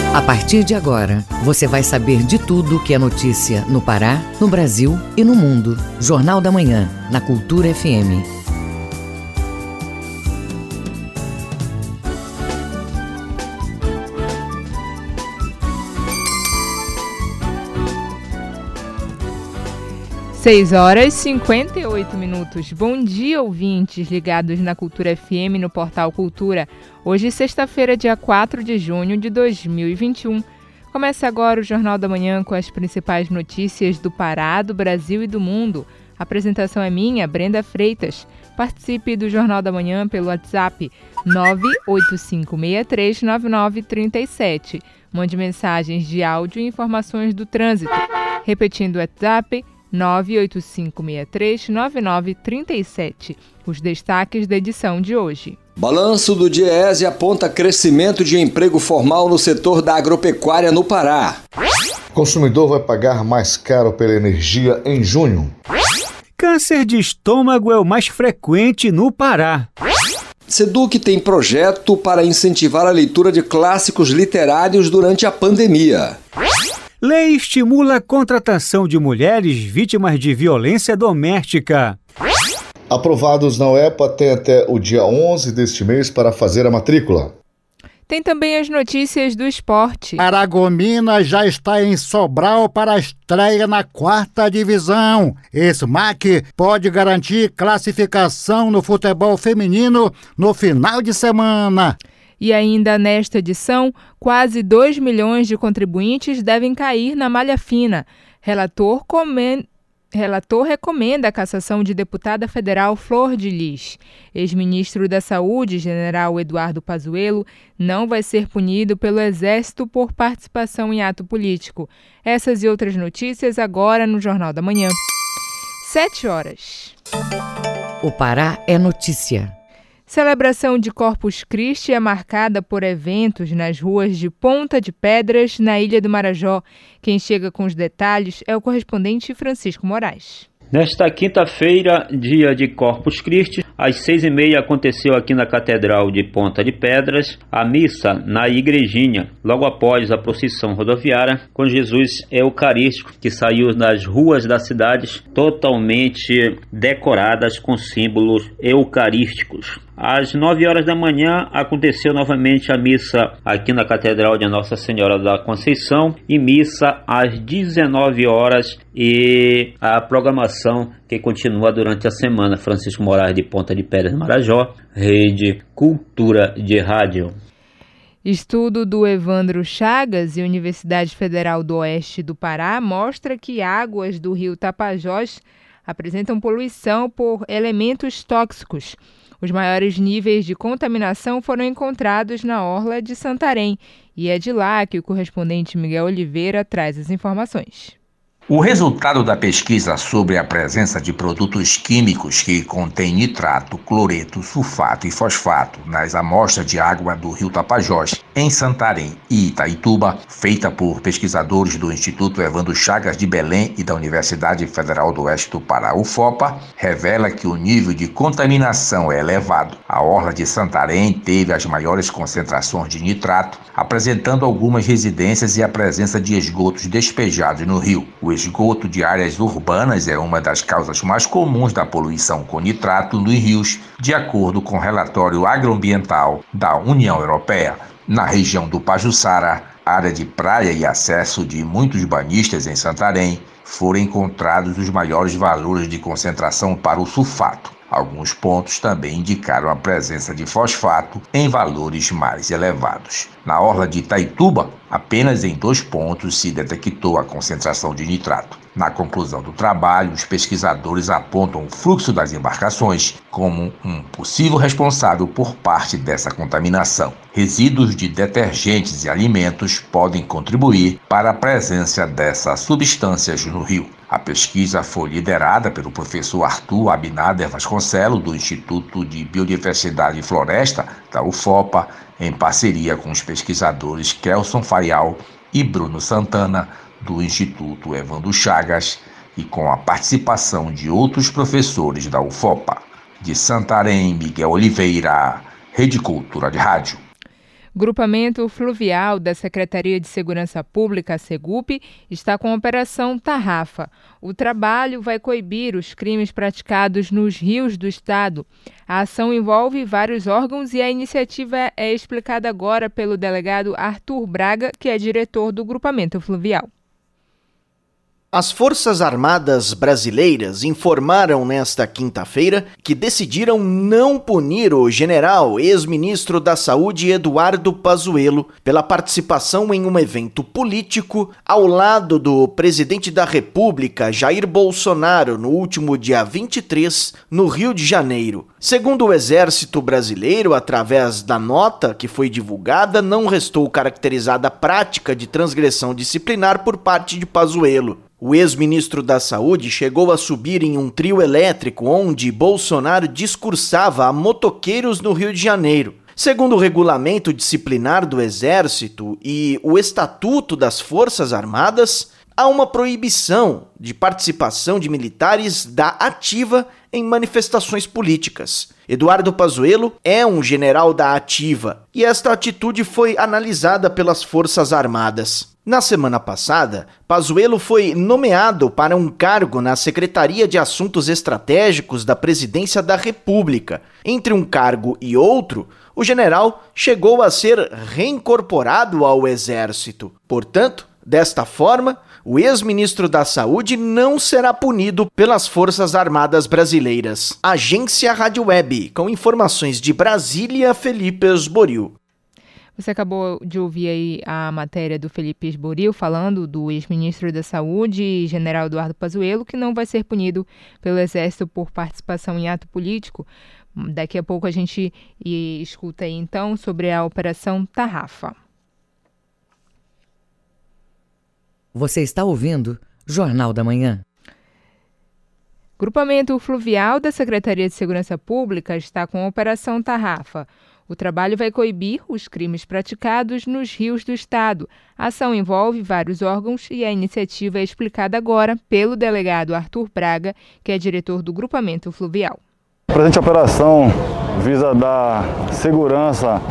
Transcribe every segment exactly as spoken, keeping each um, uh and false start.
A partir de agora, você vai saber de tudo que é notícia no Pará, no Brasil e no mundo. Jornal da Manhã, na Cultura F M. seis horas e cinquenta e oito minutos. Bom dia, ouvintes ligados na Cultura F M no Portal Cultura. Hoje, sexta-feira, dia quatro de junho de dois mil e vinte e um. Começa agora o Jornal da Manhã com as principais notícias do Pará, do Brasil e do mundo. A apresentação é minha, Brenda Freitas. Participe do Jornal da Manhã pelo WhatsApp nove oito cinco seis três nove nove três sete. Mande mensagens de áudio e informações do trânsito. Repetindo o WhatsApp nove oito cinco seis três nove nove três sete. Os destaques da edição de hoje. Balanço do DIEESE aponta crescimento de emprego formal no setor da agropecuária no Pará. Consumidor vai pagar mais caro pela energia em junho. Câncer de estômago é o mais frequente no Pará. SEDUC tem projeto para incentivar a leitura de clássicos literários durante a pandemia. Lei estimula a contratação de mulheres vítimas de violência doméstica. Aprovados na U E P A têm até o dia onze deste mês para fazer a matrícula. Tem também as notícias do esporte. Paragominas já está em Sobral para a estreia na quarta divisão. SMAC pode garantir classificação no futebol feminino no final de semana. E ainda nesta edição, quase dois milhões de contribuintes devem cair na malha fina. Relator, comen... Relator recomenda a cassação de deputada federal Flor de Lis. Ex-ministro da Saúde, general Eduardo Pazuello, não vai ser punido pelo Exército por participação em ato político. Essas e outras notícias agora no Jornal da Manhã. Sete horas. O Pará é notícia. Celebração de Corpus Christi é marcada por eventos nas ruas de Ponta de Pedras, na Ilha do Marajó. Quem chega com os detalhes é o correspondente Francisco Moraes. Nesta quinta-feira, dia de Corpus Christi, às seis e meia aconteceu aqui na Catedral de Ponta de Pedras a missa na igrejinha, logo após a procissão rodoviária com Jesus Eucarístico, que saiu nas ruas da cidade totalmente decoradas com símbolos eucarísticos. Às nove horas da manhã aconteceu novamente a missa aqui na Catedral de Nossa Senhora da Conceição e missa às dezenove horas e a programação que continua durante a semana. Francisco Moraes de Ponta de Pedras, Marajó, Rede Cultura de Rádio. Estudo do Evandro Chagas e Universidade Federal do Oeste do Pará mostra que águas do rio Tapajós apresentam poluição por elementos tóxicos. Os maiores níveis de contaminação foram encontrados na orla de Santarém e é de lá que o correspondente Miguel Oliveira traz as informações. O resultado da pesquisa sobre a presença de produtos químicos que contêm nitrato, cloreto, sulfato e fosfato nas amostras de água do rio Tapajós, em Santarém e Itaituba, feita por pesquisadores do Instituto Evandro Chagas de Belém e da Universidade Federal do Oeste do Pará, U F O P A, revela que o nível de contaminação é elevado. A orla de Santarém teve as maiores concentrações de nitrato, apresentando algumas residências e a presença de esgotos despejados no rio. O esgoto de áreas urbanas é uma das causas mais comuns da poluição com nitrato nos rios, de acordo com o relatório agroambiental da União Europeia. Na região do Pajuçara, área de praia e acesso de muitos banhistas em Santarém, foram encontrados os maiores valores de concentração para o sulfato. Alguns pontos também indicaram a presença de fosfato em valores mais elevados. Na orla de Itaituba, apenas em dois pontos se detectou a concentração de nitrato. Na conclusão do trabalho, os pesquisadores apontam o fluxo das embarcações como um possível responsável por parte dessa contaminação. Resíduos de detergentes e alimentos podem contribuir para a presença dessas substâncias no rio. A pesquisa foi liderada pelo professor Arthur Abinader Vasconcelos, do Instituto de Biodiversidade e Floresta, da U F O P A, em parceria com os pesquisadores Kelson Farial e Bruno Santana, do Instituto Evandro Chagas, e com a participação de outros professores da U F O P A. De Santarém, Miguel Oliveira, Rede Cultura de Rádio. Grupamento Fluvial da Secretaria de Segurança Pública, Segup, está com a Operação Tarrafa. O trabalho vai coibir os crimes praticados nos rios do estado. A ação envolve vários órgãos e a iniciativa é explicada agora pelo delegado Arthur Braga, que é diretor do Grupamento Fluvial. As Forças Armadas Brasileiras informaram nesta quinta-feira que decidiram não punir o general ex-ministro da Saúde Eduardo Pazuello pela participação em um evento político ao lado do presidente da República, Jair Bolsonaro, no último dia vinte e três, no Rio de Janeiro. Segundo o Exército Brasileiro, através da nota que foi divulgada, não restou caracterizada a prática de transgressão disciplinar por parte de Pazuello. O ex-ministro da Saúde chegou a subir em um trio elétrico onde Bolsonaro discursava a motoqueiros no Rio de Janeiro. Segundo o regulamento disciplinar do Exército e o Estatuto das Forças Armadas, há uma proibição de participação de militares da ativa em manifestações políticas. Eduardo Pazuello é um general da ativa e esta atitude foi analisada pelas Forças Armadas. Na semana passada, Pazuello foi nomeado para um cargo na Secretaria de Assuntos Estratégicos da Presidência da República. Entre um cargo e outro, o general chegou a ser reincorporado ao Exército. Portanto, desta forma, o ex-ministro da Saúde não será punido pelas Forças Armadas Brasileiras. Agência Rádio Web, com informações de Brasília, Felipe Esboril. Você acabou de ouvir aí a matéria do Felipe Esboril falando do ex-ministro da Saúde, general Eduardo Pazuello, que não vai ser punido pelo Exército por participação em ato político. Daqui a pouco a gente escuta aí então sobre a Operação Tarrafa. Você está ouvindo Jornal da Manhã. Grupamento Fluvial da Secretaria de Segurança Pública está com a Operação Tarrafa. O trabalho vai coibir os crimes praticados nos rios do estado. A ação envolve vários órgãos e a iniciativa é explicada agora pelo delegado Arthur Braga, que é diretor do Grupamento Fluvial. A presente operação visa dar segurança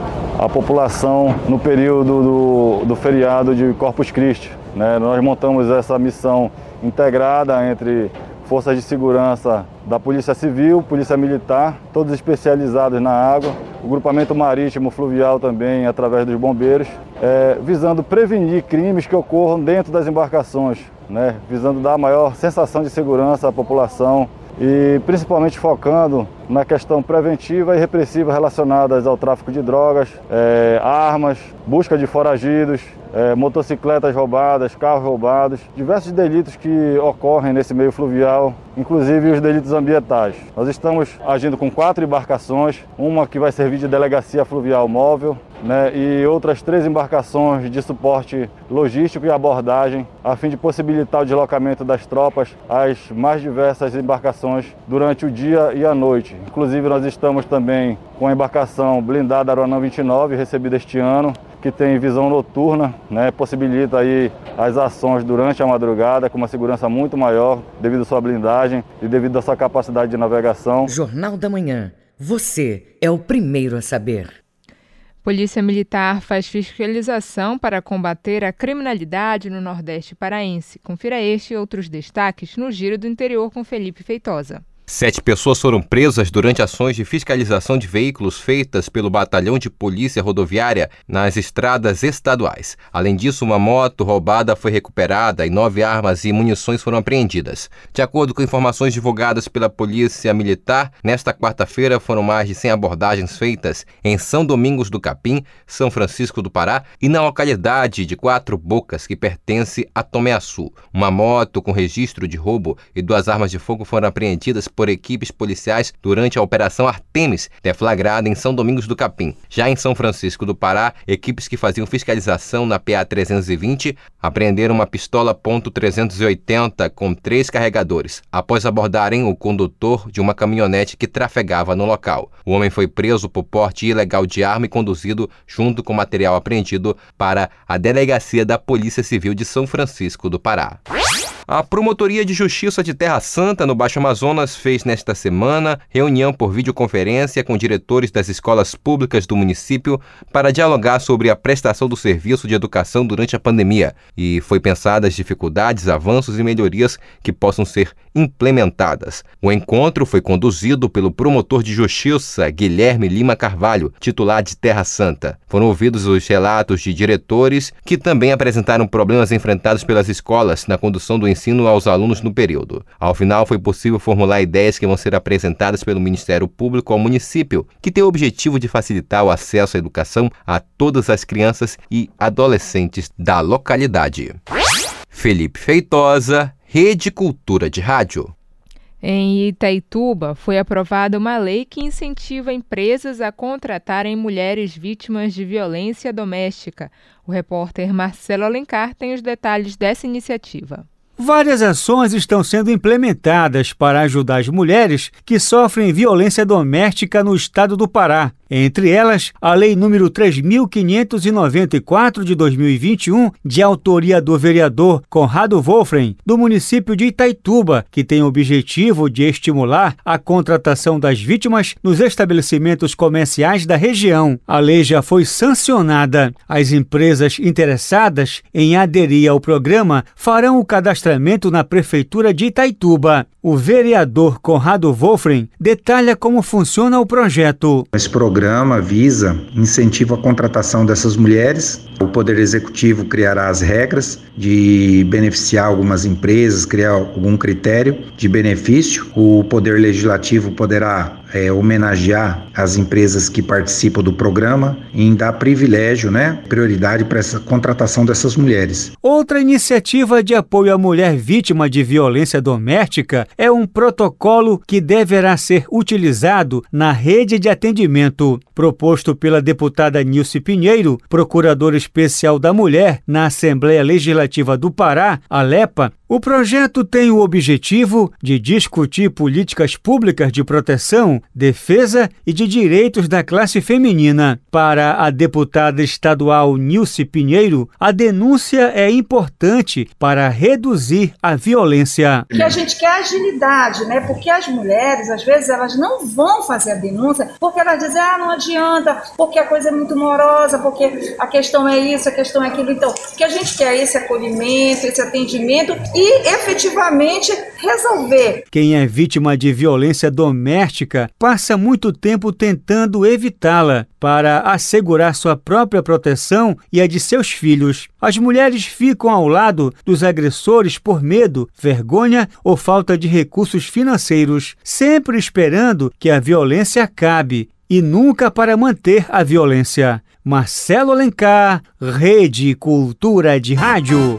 à população no período do, do feriado de Corpus Christi. Né? Nós montamos essa missão integrada entre forças de segurança da Polícia Civil, Polícia Militar, todos especializados na água, o grupamento marítimo fluvial também, através dos bombeiros, é, visando prevenir crimes que ocorram dentro das embarcações, né? Visando dar maior sensação de segurança à população e principalmente focando na questão preventiva e repressiva relacionadas ao tráfico de drogas, é, armas, busca de foragidos, é, motocicletas roubadas, carros roubados, diversos delitos que ocorrem nesse meio fluvial, inclusive os delitos ambientais. Nós estamos agindo com quatro embarcações, uma que vai servir de delegacia fluvial móvel, né, e outras três embarcações de suporte logístico e abordagem, a fim de possibilitar o deslocamento das tropas às mais diversas embarcações durante o dia e a noite. Inclusive, nós estamos também com a embarcação blindada Aruanã vinte e nove, recebida este ano, que tem visão noturna, né, possibilita aí as ações durante a madrugada com uma segurança muito maior devido à sua blindagem e devido à sua capacidade de navegação. Jornal da Manhã. Você é o primeiro a saber. Polícia Militar faz fiscalização para combater a criminalidade no Nordeste paraense. Confira este e outros destaques no Giro do Interior com Felipe Feitosa. Sete pessoas foram presas durante ações de fiscalização de veículos feitas pelo Batalhão de Polícia Rodoviária nas estradas estaduais. Além disso, uma moto roubada foi recuperada e nove armas e munições foram apreendidas. De acordo com informações divulgadas pela Polícia Militar, nesta quarta-feira foram mais de cem abordagens feitas em São Domingos do Capim, São Francisco do Pará e na localidade de Quatro Bocas, que pertence a Tomeaçu. Uma moto com registro de roubo e duas armas de fogo foram apreendidas por equipes policiais durante a Operação Artemis, deflagrada em São Domingos do Capim. Já em São Francisco do Pará, equipes que faziam fiscalização na P A trezentos e vinte apreenderam uma pistola ponto trezentos e oitenta com três carregadores, após abordarem o condutor de uma caminhonete que trafegava no local. O homem foi preso por porte ilegal de arma e conduzido, junto com material apreendido, para a Delegacia da Polícia Civil de São Francisco do Pará. A Promotoria de Justiça de Terra Santa, no Baixo Amazonas, fez nesta semana reunião por videoconferência com diretores das escolas públicas do município para dialogar sobre a prestação do serviço de educação durante a pandemia. E foi pensada as dificuldades, avanços e melhorias que possam ser implementadas. O encontro foi conduzido pelo promotor de justiça Guilherme Lima Carvalho, titular de Terra Santa. Foram ouvidos os relatos de diretores que também apresentaram problemas enfrentados pelas escolas na condução do ensino aos alunos no período. Ao final, foi possível formular ideias que vão ser apresentadas pelo Ministério Público ao município, que tem o objetivo de facilitar o acesso à educação a todas as crianças e adolescentes da localidade. Felipe Feitosa, Rede Cultura de Rádio. Em Itaituba, foi aprovada uma lei que incentiva empresas a contratarem mulheres vítimas de violência doméstica. O repórter Marcelo Alencar tem os detalhes dessa iniciativa. Várias ações estão sendo implementadas para ajudar as mulheres que sofrem violência doméstica no estado do Pará. Entre elas, a Lei número três mil quinhentos e noventa e quatro de dois mil e vinte e um, de autoria do vereador Conrado Wolfram, do município de Itaituba, que tem o objetivo de estimular a contratação das vítimas nos estabelecimentos comerciais da região. A lei já foi sancionada. As empresas interessadas em aderir ao programa farão o cadastramento na Prefeitura de Itaituba. O vereador Conrado Wolfram detalha como funciona o projeto. Esse programa visa incentivo à contratação dessas mulheres. O Poder Executivo criará as regras de beneficiar algumas empresas, criar algum critério de benefício. O Poder Legislativo poderá é, homenagear as empresas que participam do programa e dar privilégio, né, prioridade para essa contratação dessas mulheres. Outra iniciativa de apoio à mulher vítima de violência doméstica é um protocolo que deverá ser utilizado na rede de atendimento. Proposto pela deputada Nilce Pinheiro, procuradora especial da mulher na Assembleia Legislativa do Pará, ALEPA, o projeto tem o objetivo de discutir políticas públicas de proteção, defesa e de direitos da classe feminina. Para a deputada estadual Nilce Pinheiro, a denúncia é importante para reduzir a violência. Que a gente quer agilidade, né? Porque as mulheres, às vezes, elas não vão fazer a denúncia porque elas dizem, ah, não adianta, porque a coisa é muito morosa, porque a questão é isso, a questão é aquilo. Então, o que a gente quer é esse acolhimento, esse atendimento e efetivamente resolver. Quem é vítima de violência doméstica passa muito tempo tentando evitá-la para assegurar sua própria proteção e a de seus filhos. As mulheres ficam ao lado dos agressores por medo, vergonha ou falta de recursos financeiros, sempre esperando que a violência acabe e nunca para manter a violência. Marcelo Alencar, Rede Cultura de Rádio.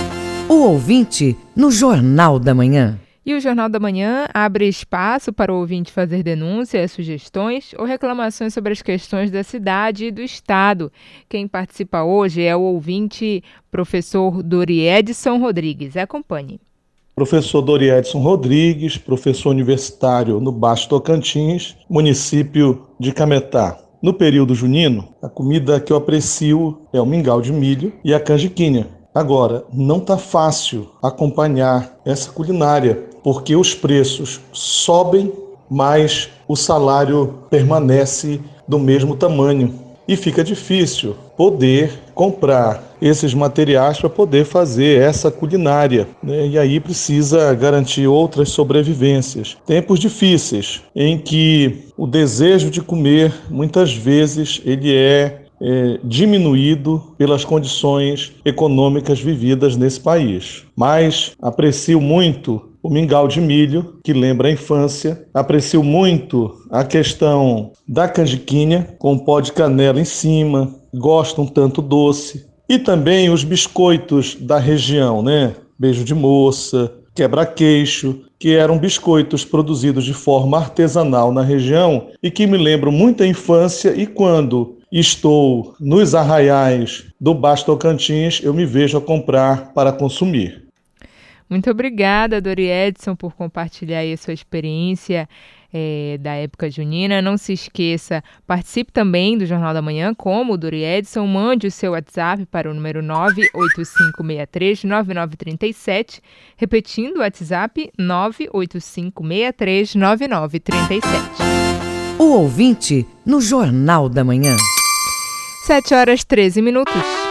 O ouvinte no Jornal da Manhã. E o Jornal da Manhã abre espaço para o ouvinte fazer denúncias, sugestões ou reclamações sobre as questões da cidade e do estado. Quem participa hoje é o ouvinte professor Doriedson Rodrigues. Acompanhe. Professor Doriedson Rodrigues, professor universitário no Baixo Tocantins, município de Cametá. No período junino, a comida que eu aprecio é o mingau de milho e a canjiquinha. Agora, não está fácil acompanhar essa culinária, porque os preços sobem, mas o salário permanece do mesmo tamanho. E fica difícil poder comprar esses materiais para poder fazer essa culinária, né? E aí precisa garantir outras sobrevivências. Tempos difíceis, em que o desejo de comer, muitas vezes, ele é É, diminuído pelas condições econômicas vividas nesse país. Mas aprecio muito o mingau de milho, que lembra a infância. Aprecio muito a questão da canjiquinha, com pó de canela em cima. Gosto um tanto doce. E também os biscoitos da região, né? Beijo de moça, quebra-queixo, que eram biscoitos produzidos de forma artesanal na região e que me lembram muito a infância, e quando estou nos arraiais do Baixo Tocantins, eu me vejo a comprar para consumir. Muito obrigada, Doriedson, por compartilhar aí a sua experiência é, da época junina. Não se esqueça, participe também do Jornal da Manhã, como o Dori Edson. Mande o seu WhatsApp para o número nove oito cinco seis três nove nove três sete, repetindo o WhatsApp nove oito cinco seis três nove nove três sete. O ouvinte no Jornal da Manhã. sete horas e treze minutos.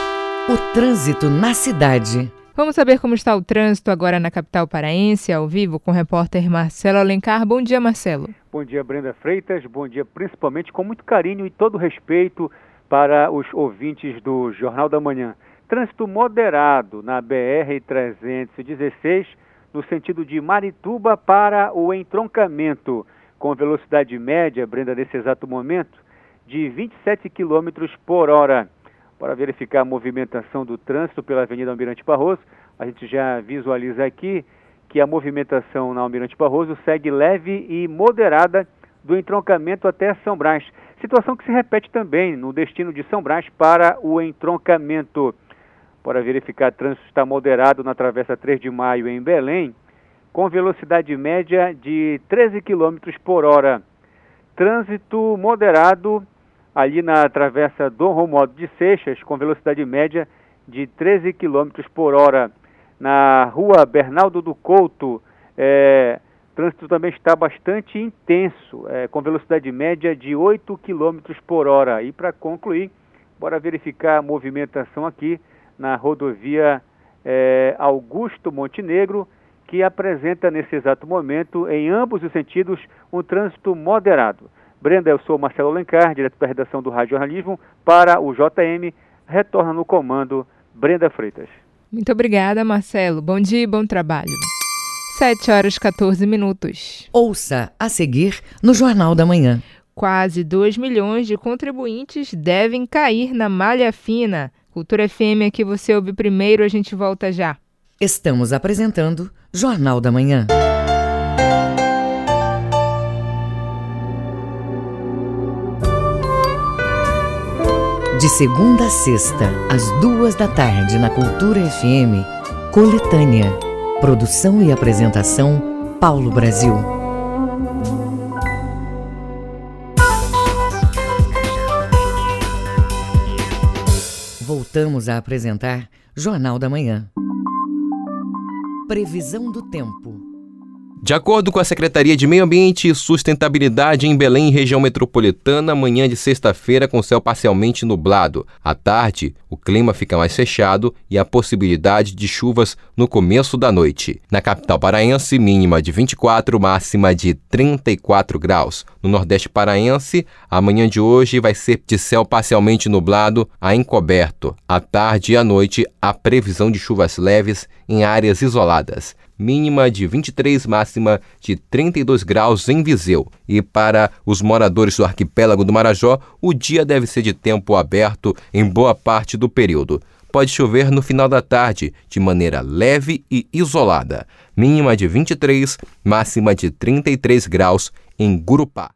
O trânsito na cidade. Vamos saber como está o trânsito agora na capital paraense, ao vivo, com o repórter Marcelo Alencar. Bom dia, Marcelo. Bom dia, Brenda Freitas. Bom dia, principalmente com muito carinho e todo respeito para os ouvintes do Jornal da Manhã. Trânsito moderado na B R trezentos e dezesseis, no sentido de Marituba para o entroncamento, com velocidade média, Brenda, nesse exato momento, de vinte e sete quilômetros por hora. Para verificar a movimentação do trânsito pela Avenida Almirante Barroso, a gente já visualiza aqui que a movimentação na Almirante Barroso segue leve e moderada do entroncamento até São Brás. Situação que se repete também no destino de São Brás para o entroncamento. Para verificar, o trânsito está moderado na Travessa três de Maio em Belém, com velocidade média de treze quilômetros por hora. Trânsito moderado ali na Travessa Dom Romualdo de Seixas, com velocidade média de treze quilômetros por hora. Na Rua Bernaldo do Couto, é, o trânsito também está bastante intenso, é, com velocidade média de oito quilômetros por hora. E para concluir, bora verificar a movimentação aqui na rodovia é, Augusto Montenegro, que apresenta nesse exato momento, em ambos os sentidos, um trânsito moderado. Brenda, eu sou Marcelo Alencar, direto da redação do Rádio Jornalismo, para o J M. Retorna no comando Brenda Freitas. Muito obrigada, Marcelo. Bom dia e bom trabalho. sete horas e quatorze minutos. Ouça a seguir no Jornal da Manhã. Quase dois milhões de contribuintes devem cair na malha fina. Cultura F M, aqui você ouve primeiro, a gente volta já. Estamos apresentando Jornal da Manhã. De segunda a sexta, às duas da tarde, na Cultura F M, Coletânea. Produção e apresentação, Paulo Brasil. Voltamos a apresentar Jornal da Manhã. Previsão do tempo. De acordo com a Secretaria de Meio Ambiente e Sustentabilidade em Belém, região metropolitana, manhã de sexta-feira com céu parcialmente nublado. À tarde, o clima fica mais fechado e há possibilidade de chuvas no começo da noite. Na capital paraense, mínima de vinte e quatro, máxima de trinta e quatro graus. No Nordeste paraense, a manhã de hoje vai ser de céu parcialmente nublado a encoberto. À tarde e à noite, há previsão de chuvas leves em áreas isoladas. Mínima de vinte e três, máxima de trinta e dois graus em Viseu. E para os moradores do arquipélago do Marajó, o dia deve ser de tempo aberto em boa parte do período. Pode chover no final da tarde, de maneira leve e isolada. Mínima de vinte e três, máxima de trinta e três graus em Gurupá.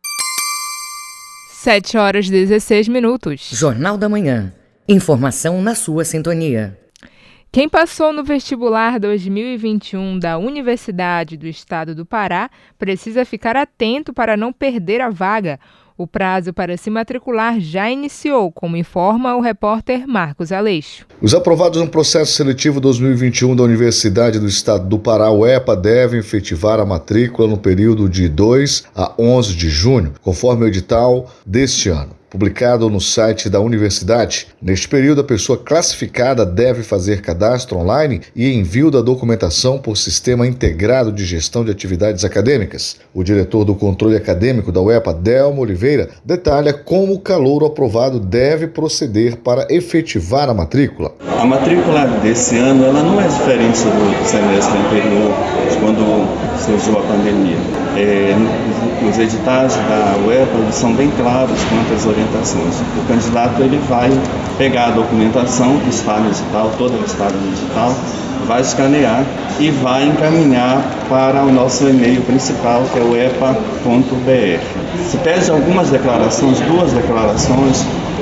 sete horas e dezesseis minutos. Jornal da Manhã. Informação na sua sintonia. Quem passou no vestibular dois mil e vinte e um da Universidade do Estado do Pará precisa ficar atento para não perder a vaga. O prazo para se matricular já iniciou, como informa o repórter Marcos Aleixo. Os aprovados no processo seletivo dois mil e vinte e um da Universidade do Estado do Pará, U E P A, devem efetivar a matrícula no período de dois a onze de junho, conforme o edital deste ano. Publicado no site da universidade. Neste período, a pessoa classificada deve fazer cadastro online e envio da documentação por Sistema Integrado de Gestão de Atividades Acadêmicas. O diretor do controle acadêmico da U E P A, Delmo Oliveira, detalha como o calouro aprovado deve proceder para efetivar a matrícula. A matrícula desse ano ela não é diferente do semestre anterior, quando surgiu a pandemia. É, os editais da U E P A são bem claros quanto às orientações. O candidato ele vai pegar a documentação que está no edital, toda que está no edital, vai escanear e vai encaminhar para o nosso e-mail principal, que é o epa ponto b r. Se pede algumas declarações, duas declarações,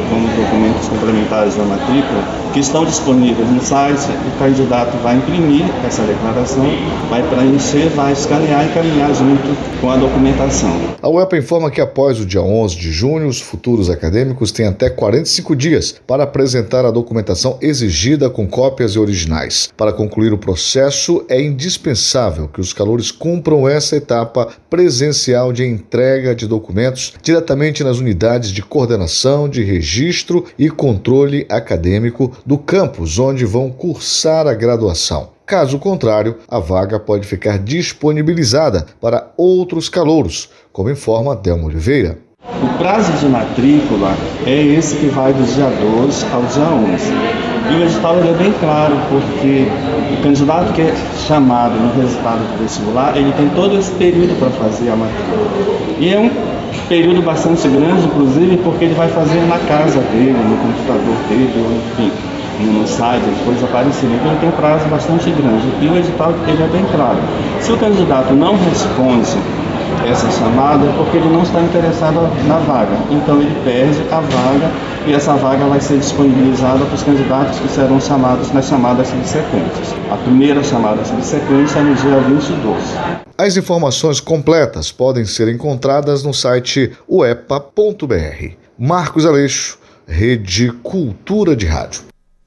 como documentos complementares da matrícula, que estão disponíveis no site. O candidato vai imprimir essa declaração, vai preencher, vai escanear e caminhar junto com a documentação. A UEPA informa que após o dia onze de junho, os futuros acadêmicos têm até quarenta e cinco dias para apresentar a documentação exigida com cópias e originais. Para concluir o processo, é indispensável que os calouros cumpram essa etapa presencial de entrega de documentos diretamente nas unidades de coordenação, de registro e controle acadêmico do campus onde vão cursar a graduação. Caso contrário, a vaga pode ficar disponibilizada para outros calouros, como informa Delmo Oliveira. O prazo de matrícula é esse que vai do dia doze ao dia onze. E o edital é bem claro, porque o candidato que é chamado no resultado do vestibular, ele tem todo esse período para fazer a matrícula. E é um período bastante grande, inclusive, porque ele vai fazer na casa dele, no computador dele, enfim, no site, depois aparecer. Então ele tem um prazo bastante grande. E o edital ele é bem claro. Se o candidato não responde essa chamada, é porque ele não está interessado na vaga. Então ele perde a vaga e essa vaga vai ser disponibilizada para os candidatos que serão chamados nas chamadas subsequentes. A primeira chamada subsequente é no dia vinte e dois. As informações completas podem ser encontradas no site u e p a ponto b r. Marcos Aleixo, Rede Cultura de Rádio.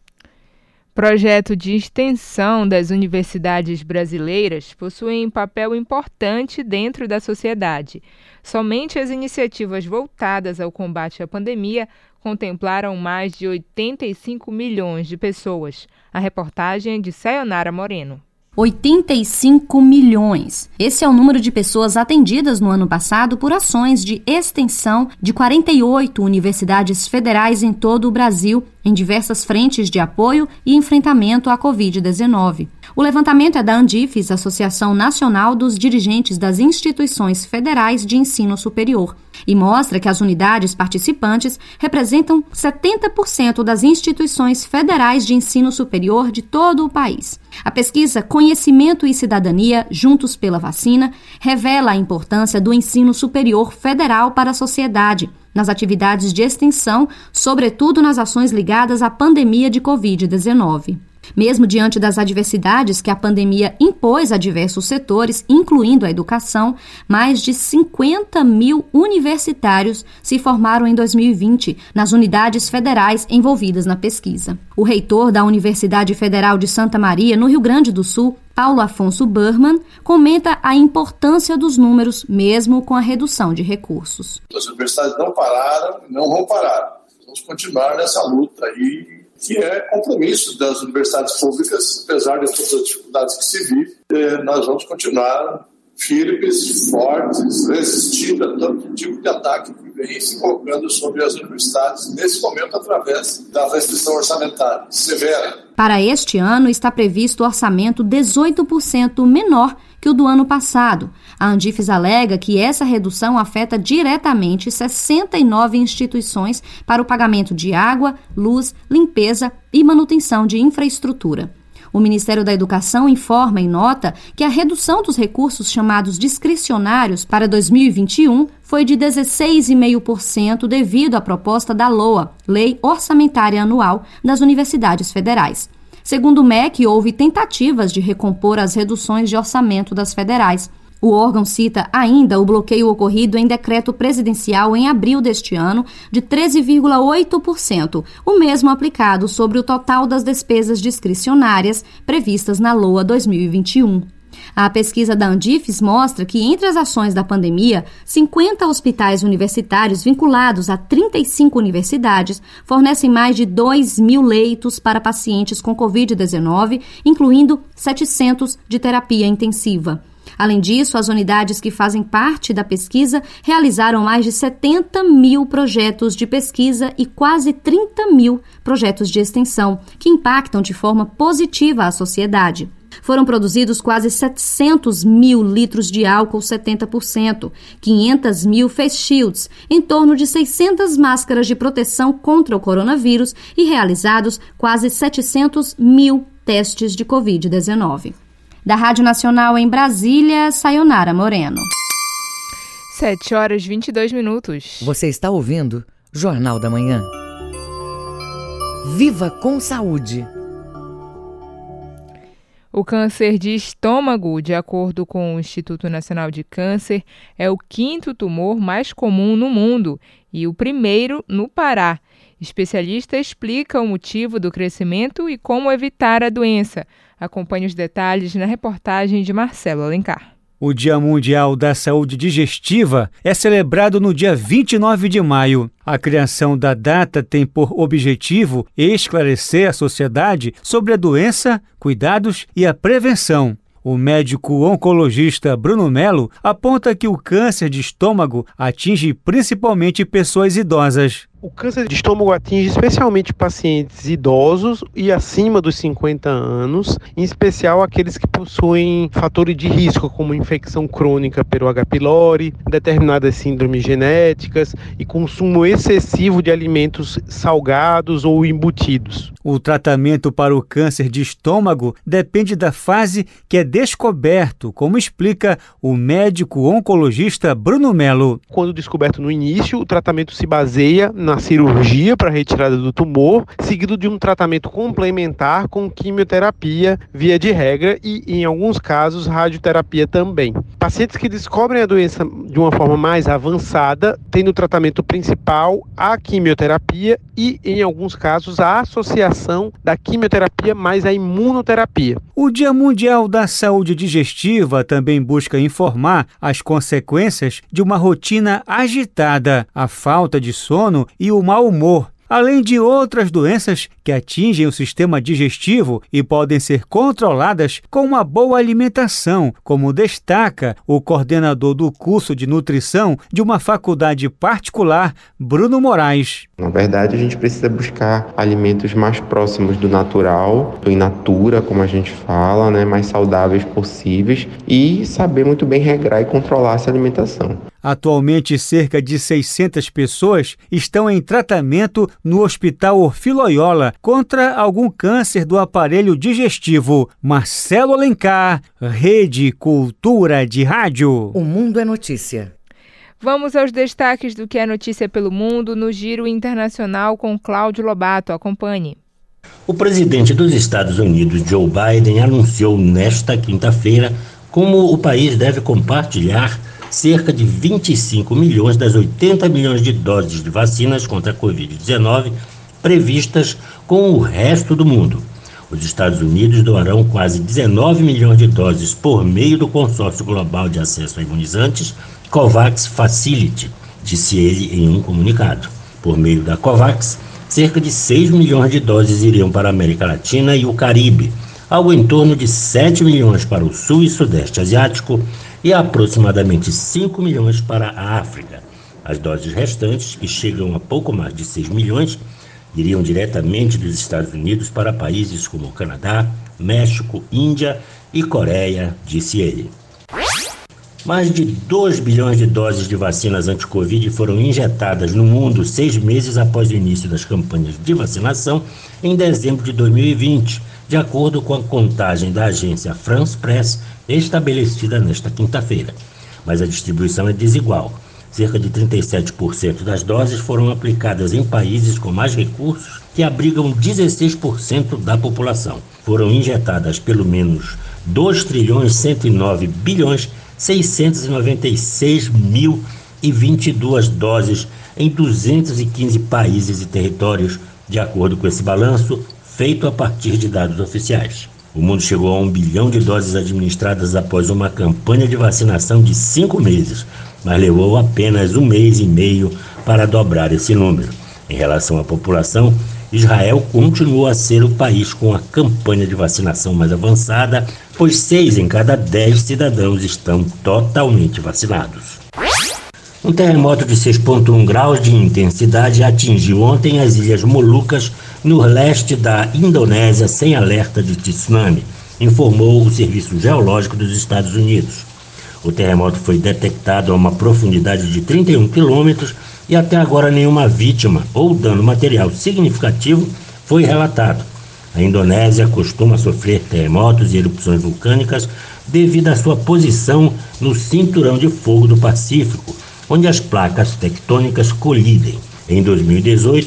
Projeto de extensão das universidades brasileiras possuem papel importante dentro da sociedade. Somente as iniciativas voltadas ao combate à pandemia contemplaram mais de oitenta e cinco milhões de pessoas. A reportagem é de Sayonara Moreno. oitenta e cinco milhões. Esse é o número de pessoas atendidas no ano passado por ações de extensão de quarenta e oito universidades federais em todo o Brasil, em diversas frentes de apoio e enfrentamento à covid dezenove. O levantamento é da Andifes, Associação Nacional dos Dirigentes das Instituições Federais de Ensino Superior, e mostra que as unidades participantes representam setenta por cento das instituições federais de ensino superior de todo o país. A pesquisa Conhecimento e Cidadania, Juntos pela Vacina, revela a importância do ensino superior federal para a sociedade, nas atividades de extensão, sobretudo nas ações ligadas à pandemia de covid dezenove. Mesmo diante das adversidades que a pandemia impôs a diversos setores, incluindo a educação, mais de cinquenta mil universitários se formaram em dois mil e vinte nas unidades federais envolvidas na pesquisa. O reitor da Universidade Federal de Santa Maria, no Rio Grande do Sul, Paulo Afonso Burman, comenta a importância dos números, mesmo com a redução de recursos. As universidades não pararam, não vão parar. Vamos continuar nessa luta aí, que é compromisso das universidades públicas, apesar de todas as dificuldades que se vivem, eh, nós vamos continuar firmes, fortes, resistindo a todo tipo de ataque que vem se colocando sobre as universidades, nesse momento através da restrição orçamentária severa. Para este ano está previsto orçamento dezoito por cento menor que o do ano passado. A Andifes alega que essa redução afeta diretamente sessenta e nove instituições para o pagamento de água, luz, limpeza e manutenção de infraestrutura. O Ministério da Educação informa em nota que a redução dos recursos chamados discricionários para dois mil e vinte e um foi de dezesseis vírgula cinco por cento devido à proposta da L O A, Lei Orçamentária Anual das Universidades Federais. Segundo o M E C, houve tentativas de recompor as reduções de orçamento das federais. O órgão cita ainda o bloqueio ocorrido em decreto presidencial em abril deste ano de treze vírgula oito por cento, o mesmo aplicado sobre o total das despesas discricionárias previstas na L O A dois mil e vinte e um. A pesquisa da Andifes mostra que, entre as ações da pandemia, cinquenta hospitais universitários vinculados a trinta e cinco universidades fornecem mais de dois mil leitos para pacientes com covid dezenove, incluindo setecentos de terapia intensiva. Além disso, as unidades que fazem parte da pesquisa realizaram mais de setenta mil projetos de pesquisa e quase trinta mil projetos de extensão, que impactam de forma positiva a sociedade. Foram produzidos quase setecentos mil litros de álcool setenta por cento, quinhentos mil face shields, em torno de seiscentas máscaras de proteção contra o coronavírus e realizados quase setecentos mil testes de covid dezenove. Da Rádio Nacional em Brasília, Sayonara Moreno. sete horas e vinte e dois minutos. Você está ouvindo Jornal da Manhã. Viva com Saúde. O câncer de estômago, de acordo com o Instituto Nacional de Câncer, é o quinto tumor mais comum no mundo e o primeiro no Pará. Especialista explica o motivo do crescimento e como evitar a doença. Acompanhe os detalhes na reportagem de Marcelo Alencar. O Dia Mundial da Saúde Digestiva é celebrado no dia vinte e nove de maio. A criação da data tem por objetivo esclarecer a sociedade sobre a doença, cuidados e a prevenção. O médico oncologista Bruno Melo aponta que o câncer de estômago atinge principalmente pessoas idosas. O câncer de estômago atinge especialmente pacientes idosos e acima dos cinquenta anos, em especial aqueles que possuem fatores de risco, como infecção crônica pelo H. pylori, determinadas síndromes genéticas e consumo excessivo de alimentos salgados ou embutidos. O tratamento para o câncer de estômago depende da fase que é descoberto, como explica o médico oncologista Bruno Melo. Quando descoberto no início, o tratamento se baseia na cirurgia para a retirada do tumor, seguido de um tratamento complementar com quimioterapia, via de regra, e, em alguns casos, radioterapia também. Pacientes que descobrem a doença de uma forma mais avançada têm no tratamento principal a quimioterapia e, em alguns casos, a associação da quimioterapia mais a imunoterapia. O Dia Mundial da Saúde Digestiva também busca informar as consequências de uma rotina agitada, a falta de sono e o mau humor, além de outras doenças que atingem o sistema digestivo e podem ser controladas com uma boa alimentação, como destaca o coordenador do curso de nutrição de uma faculdade particular, Bruno Moraes. Na verdade, a gente precisa buscar alimentos mais próximos do natural, do in natura, como a gente fala, né, mais saudáveis possíveis, e saber muito bem regrar e controlar essa alimentação. Atualmente, cerca de seiscentas pessoas estão em tratamento no Hospital Orfila Loyola contra algum câncer do aparelho digestivo. Marcelo Alencar, Rede Cultura de Rádio. O Mundo é Notícia. Vamos aos destaques do que é notícia pelo mundo no Giro Internacional com Cláudio Lobato. Acompanhe. O presidente dos Estados Unidos, Joe Biden, anunciou nesta quinta-feira como o país deve compartilhar cerca de vinte e cinco milhões das oitenta milhões de doses de vacinas contra a covid dezenove previstas com o resto do mundo. Os Estados Unidos doarão quase dezenove milhões de doses por meio do Consórcio Global de Acesso a Imunizantes, COVAX Facility, disse ele em um comunicado. Por meio da COVAX, cerca de seis milhões de doses iriam para a América Latina e o Caribe, algo em torno de sete milhões para o Sul e Sudeste Asiático e aproximadamente cinco milhões para a África. As doses restantes, que chegam a pouco mais de seis milhões, iriam diretamente dos Estados Unidos para países como Canadá, México, Índia e Coreia, disse ele. Mais de dois bilhões de doses de vacinas anti-Covid foram injetadas no mundo seis meses após o início das campanhas de vacinação em dezembro de dois mil e vinte, de acordo com a contagem da agência France Press, estabelecida nesta quinta-feira. Mas a distribuição é desigual. Cerca de trinta e sete por cento das doses foram aplicadas em países com mais recursos, que abrigam dezesseis por cento da população. Foram injetadas pelo menos dois trilhões cento e nove bilhões seiscentos e noventa e seis mil e vinte e duas doses em duzentos e quinze países e territórios, de acordo com esse balanço, feito a partir de dados oficiais. O mundo chegou a um bilhão de doses administradas após uma campanha de vacinação de cinco meses, mas levou apenas um mês e meio para dobrar esse número. Em relação à população, Israel continua a ser o país com a campanha de vacinação mais avançada, pois seis em cada dez cidadãos estão totalmente vacinados. Um terremoto de seis vírgula um graus de intensidade atingiu ontem as Ilhas Molucas, no leste da Indonésia, sem alerta de tsunami, informou o Serviço Geológico dos Estados Unidos. O terremoto foi detectado a uma profundidade de trinta e um quilômetros e até agora nenhuma vítima ou dano material significativo foi relatado. A Indonésia costuma sofrer terremotos e erupções vulcânicas devido à sua posição no cinturão de fogo do Pacífico, onde as placas tectônicas colidem. Em dois mil e dezoito,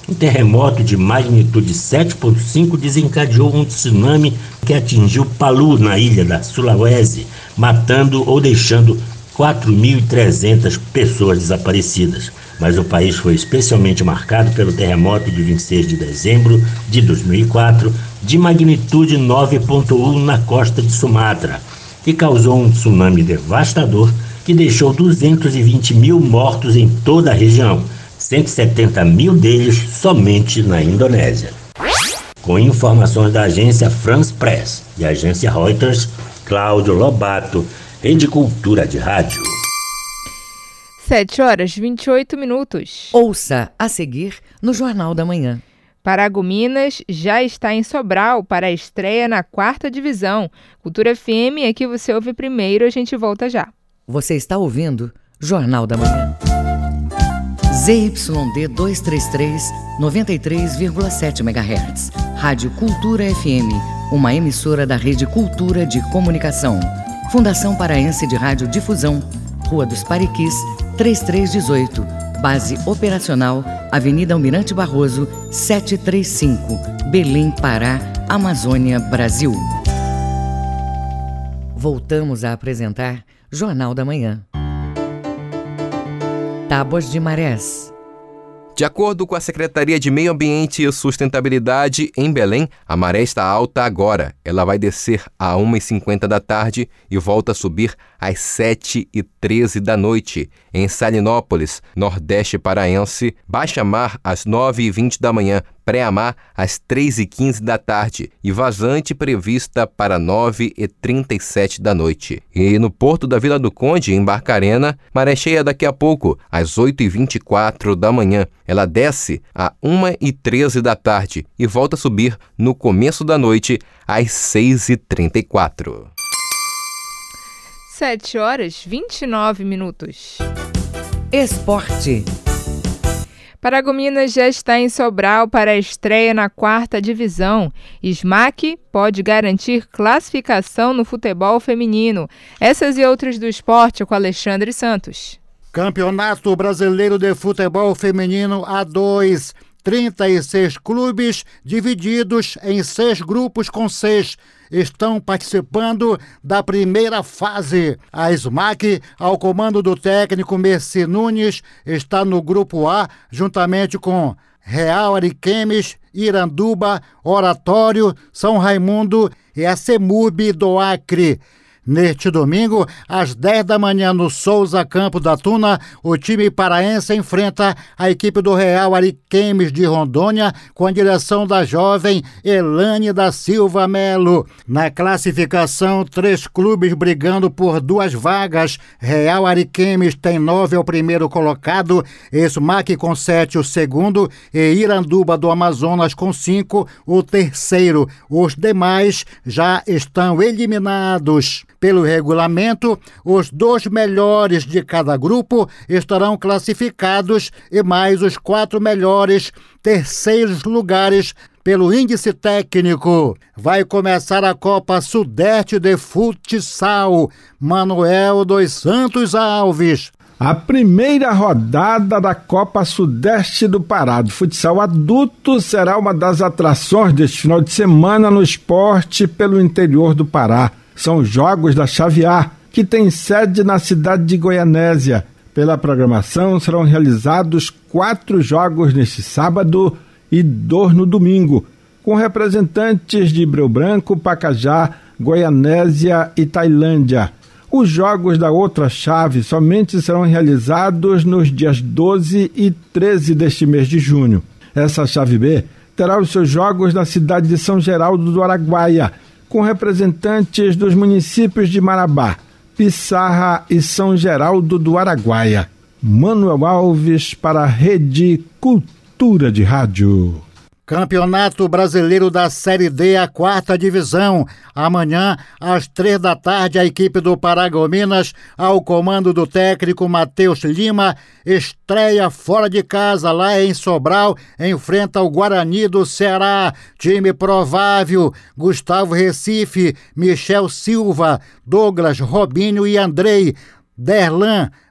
Um terremoto de magnitude sete ponto cinco desencadeou um tsunami que atingiu Palu, na ilha da Sulawesi, matando ou deixando quatro mil e trezentas pessoas desaparecidas. Mas o país foi especialmente marcado pelo terremoto de vinte e seis de dezembro de dois mil e quatro, de magnitude nove ponto um na costa de Sumatra, que causou um tsunami devastador que deixou duzentos e vinte mil mortos em toda a região, cento e setenta mil deles somente na Indonésia. Com informações da agência France Press e agência Reuters, Cláudio Lobato, Rede Cultura de Rádio. sete horas e vinte e oito minutos. Ouça a seguir no Jornal da Manhã. Paragominas já está em Sobral para a estreia na quarta divisão. Cultura F M é que você ouve primeiro, a gente volta já. Você está ouvindo Jornal da Manhã. Z Y D duzentos e trinta e três, noventa e três vírgula sete megahertz. Rádio Cultura F M, uma emissora da Rede Cultura de Comunicação. Fundação Paraense de Rádio Difusão, Rua dos Pariquis, três três um oito. Base operacional, Avenida Almirante Barroso, setecentos e trinta e cinco, Belém, Pará, Amazônia, Brasil. Voltamos a apresentar Jornal da Manhã. Tábuas de marés. De acordo com a Secretaria de Meio Ambiente e Sustentabilidade, em Belém, a maré está alta agora. Ela vai descer às uma e cinquenta da tarde e volta a subir às sete e treze da noite. Em Salinópolis, Nordeste Paraense, baixa mar às nove e vinte da manhã, pré-mar às três e quinze da tarde e vazante prevista para nove e trinta e sete da noite. E no Porto da Vila do Conde, em Barcarena, maré cheia daqui a pouco, às oito e vinte e quatro da manhã. Ela desce às uma e treze da tarde e volta a subir no começo da noite, às seis e trinta e quatro. sete horas e vinte e nove minutos. Esporte. Paragominas já está em Sobral para a estreia na quarta divisão. Smack pode garantir classificação no futebol feminino. Essas e outras do esporte com Alexandre Santos. Campeonato Brasileiro de Futebol Feminino A dois. trinta e seis clubes divididos em seis grupos com seis estão participando da primeira fase. A Smack, ao comando do técnico Merci Nunes, está no grupo A, juntamente com Real Ariquemes, Iranduba, Oratório, São Raimundo e a Semurbe do Acre. Neste domingo, às dez da manhã, no Souza Campo da Tuna, o time paraense enfrenta a equipe do Real Ariquemes de Rondônia, com a direção da jovem Elane da Silva Melo. Na classificação, três clubes brigando por duas vagas. Real Ariquemes tem nove ao primeiro colocado, Smack com sete o segundo e Iranduba do Amazonas com cinco o terceiro. Os demais já estão eliminados. Pelo regulamento, os dois melhores de cada grupo estarão classificados e mais os quatro melhores terceiros lugares pelo índice técnico. Vai começar a Copa Sudeste de Futsal. Manuel dos Santos Alves. A primeira rodada da Copa Sudeste do Pará de futsal adulto será uma das atrações deste final de semana no esporte pelo interior do Pará. São os Jogos da Chave A, que tem sede na cidade de Goianésia. Pela programação, serão realizados quatro jogos neste sábado e dois no domingo, com representantes de Breu Branco, Pacajá, Goianésia e Tailândia. Os jogos da outra chave somente serão realizados nos dias doze e treze deste mês de junho. Essa chave B terá os seus jogos na cidade de São Geraldo do Araguaia, com representantes dos municípios de Marabá, Pissarra e São Geraldo do Araguaia. Manuel Alves para a Rede Cultura de Rádio. Campeonato Brasileiro da Série D, a quarta divisão. Amanhã, às três da tarde, a equipe do Paragominas, ao comando do técnico Matheus Lima, estreia fora de casa, lá em Sobral, enfrenta o Guarani do Ceará. Time provável: Gustavo Recife, Michel Silva, Douglas, Robinho e Andrei, Derlan,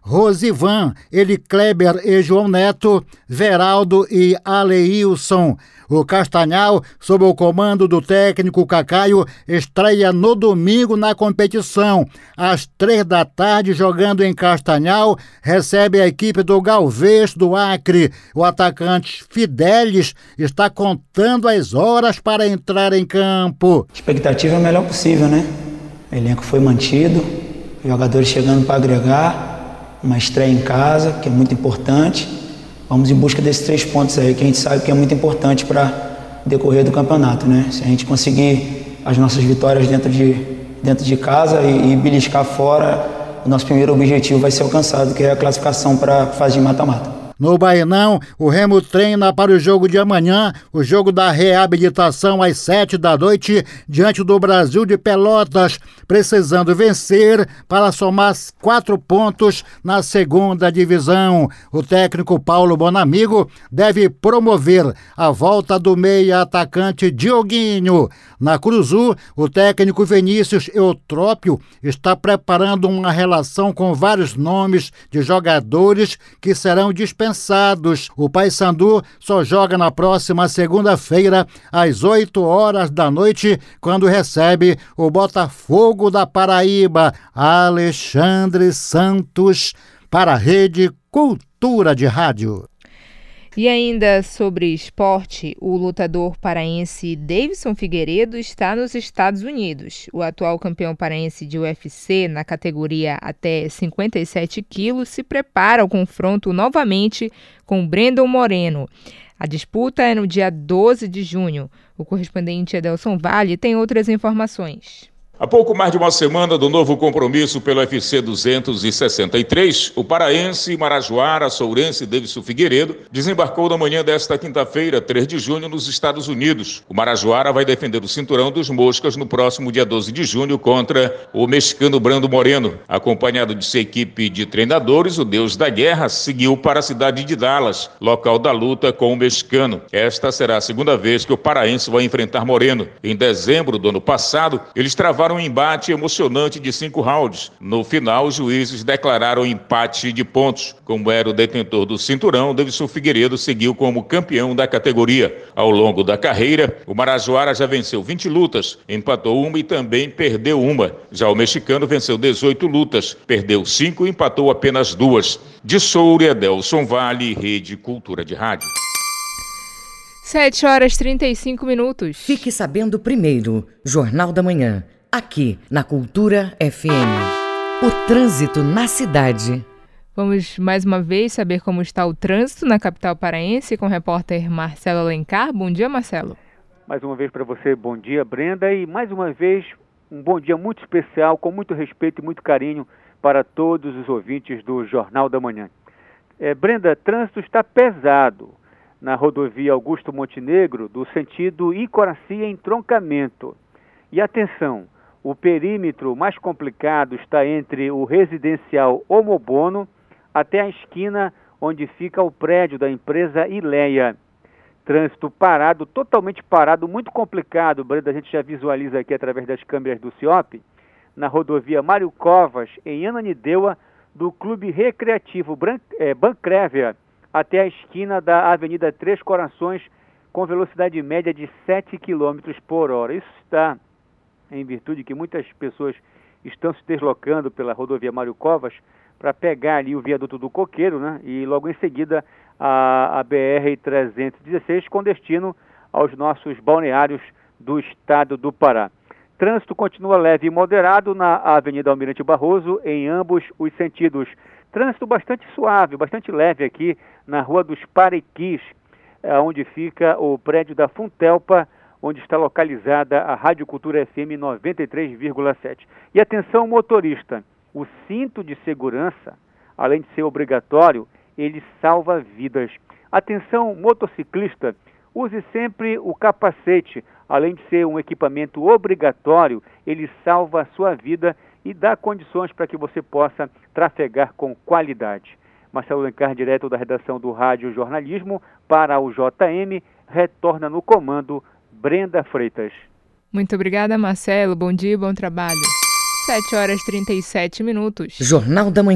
Rosivan, Eli Kleber e João Neto, Veraldo e Aleilson. O Castanhal, sob o comando do técnico Cacaio, estreia no domingo na competição. Às três da tarde, jogando em Castanhal, recebe a equipe do Galvez do Acre. O atacante Fidelis está contando as horas para entrar em campo. A expectativa é a melhor possível, né? O elenco foi mantido, jogadores chegando para agregar, uma estreia em casa, que é muito importante. Vamos em busca desses três pontos aí, que a gente sabe que é muito importante para o decorrer do campeonato, né? Se a gente conseguir as nossas vitórias dentro de, dentro de casa e, e beliscar fora, o nosso primeiro objetivo vai ser alcançado, que é a classificação para a fase de mata-mata. No Baenão, o Remo treina para o jogo de amanhã, o jogo da reabilitação às sete da noite, diante do Brasil de Pelotas, precisando vencer para somar quatro pontos na segunda divisão. O técnico Paulo Bonamigo deve promover a volta do meia atacante Dioguinho. Na Cruzu, o técnico Vinícius Eutrópio está preparando uma relação com vários nomes de jogadores que serão dispensados. O Paysandu só joga na próxima segunda-feira, às oito horas da noite, quando recebe o Botafogo da Paraíba. Alexandre Santos, para a Rede Cultura de Rádio. E ainda sobre esporte, o lutador paraense Davidson Figueiredo está nos Estados Unidos. O atual campeão paraense de U F C na categoria até cinquenta e sete quilos se prepara ao confronto novamente com Brandon Moreno. A disputa é no dia doze de junho. O correspondente Edelson Vale tem outras informações. Há pouco mais de uma semana do novo compromisso pelo U F C duzentos e sessenta e três, o paraense Marajoara Sourense Davidson Figueiredo desembarcou na manhã desta quinta-feira, três de junho, nos Estados Unidos. O Marajoara vai defender o cinturão dos Moscas no próximo dia doze de junho contra o mexicano Brandon Moreno. Acompanhado de sua equipe de treinadores, o Deus da Guerra seguiu para a cidade de Dallas, local da luta com o mexicano. Esta será a segunda vez que o paraense vai enfrentar Moreno. Em dezembro do ano passado, eles travaram um embate emocionante de cinco rounds. No final, os juízes declararam empate de pontos. Como era o detentor do cinturão, Davidson Figueiredo seguiu como campeão da categoria. Ao longo da carreira, o Marajoara já venceu vinte lutas, empatou uma e também perdeu uma. Já o mexicano venceu dezoito lutas, perdeu cinco e empatou apenas duas. De Soura, Edelson Vale, Rede Cultura de Rádio. sete horas e trinta e cinco minutos. Fique sabendo primeiro, Jornal da Manhã. Aqui na Cultura F M. O trânsito na cidade. Vamos mais uma vez saber como está o trânsito na capital paraense com o repórter Marcelo Alencar. Bom dia, Marcelo. Mais uma vez para você, bom dia, Brenda. E mais uma vez, um bom dia muito especial, com muito respeito e muito carinho para todos os ouvintes do Jornal da Manhã. É, Brenda, trânsito está pesado na rodovia Augusto Montenegro, do sentido Icoraci-Entroncamento. E atenção, o perímetro mais complicado está entre o residencial Homobono até a esquina onde fica o prédio da empresa Ileia. Trânsito parado, totalmente parado, muito complicado, Brenda, a gente já visualiza aqui através das câmeras do CIOP, na rodovia Mário Covas, em Ananindeua, do Clube Recreativo Bran- é, Bancrévia, até a esquina da Avenida Três Corações, com velocidade média de sete quilômetros por hora. Isso está em virtude que muitas pessoas estão se deslocando pela rodovia Mário Covas para pegar ali o viaduto do Coqueiro, né? E logo em seguida a, a B R trezentos e dezesseis com destino aos nossos balneários do estado do Pará. Trânsito continua leve e moderado na Avenida Almirante Barroso em ambos os sentidos. Trânsito bastante suave, bastante leve aqui na Rua dos Parequis, onde fica o prédio da Funtelpa, onde está localizada a Rádio Cultura F M noventa e três vírgula sete. E atenção, motorista, o cinto de segurança, além de ser obrigatório, ele salva vidas. Atenção, motociclista, use sempre o capacete, além de ser um equipamento obrigatório, ele salva a sua vida e dá condições para que você possa trafegar com qualidade. Marcelo Alencar, direto da redação do Rádio Jornalismo, para o J M, retorna no comando Brenda Freitas. Muito obrigada, Marcelo. Bom dia e bom trabalho. sete horas e trinta e sete minutos. Jornal da Manhã.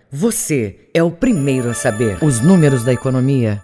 Você é o primeiro a saber os números da economia.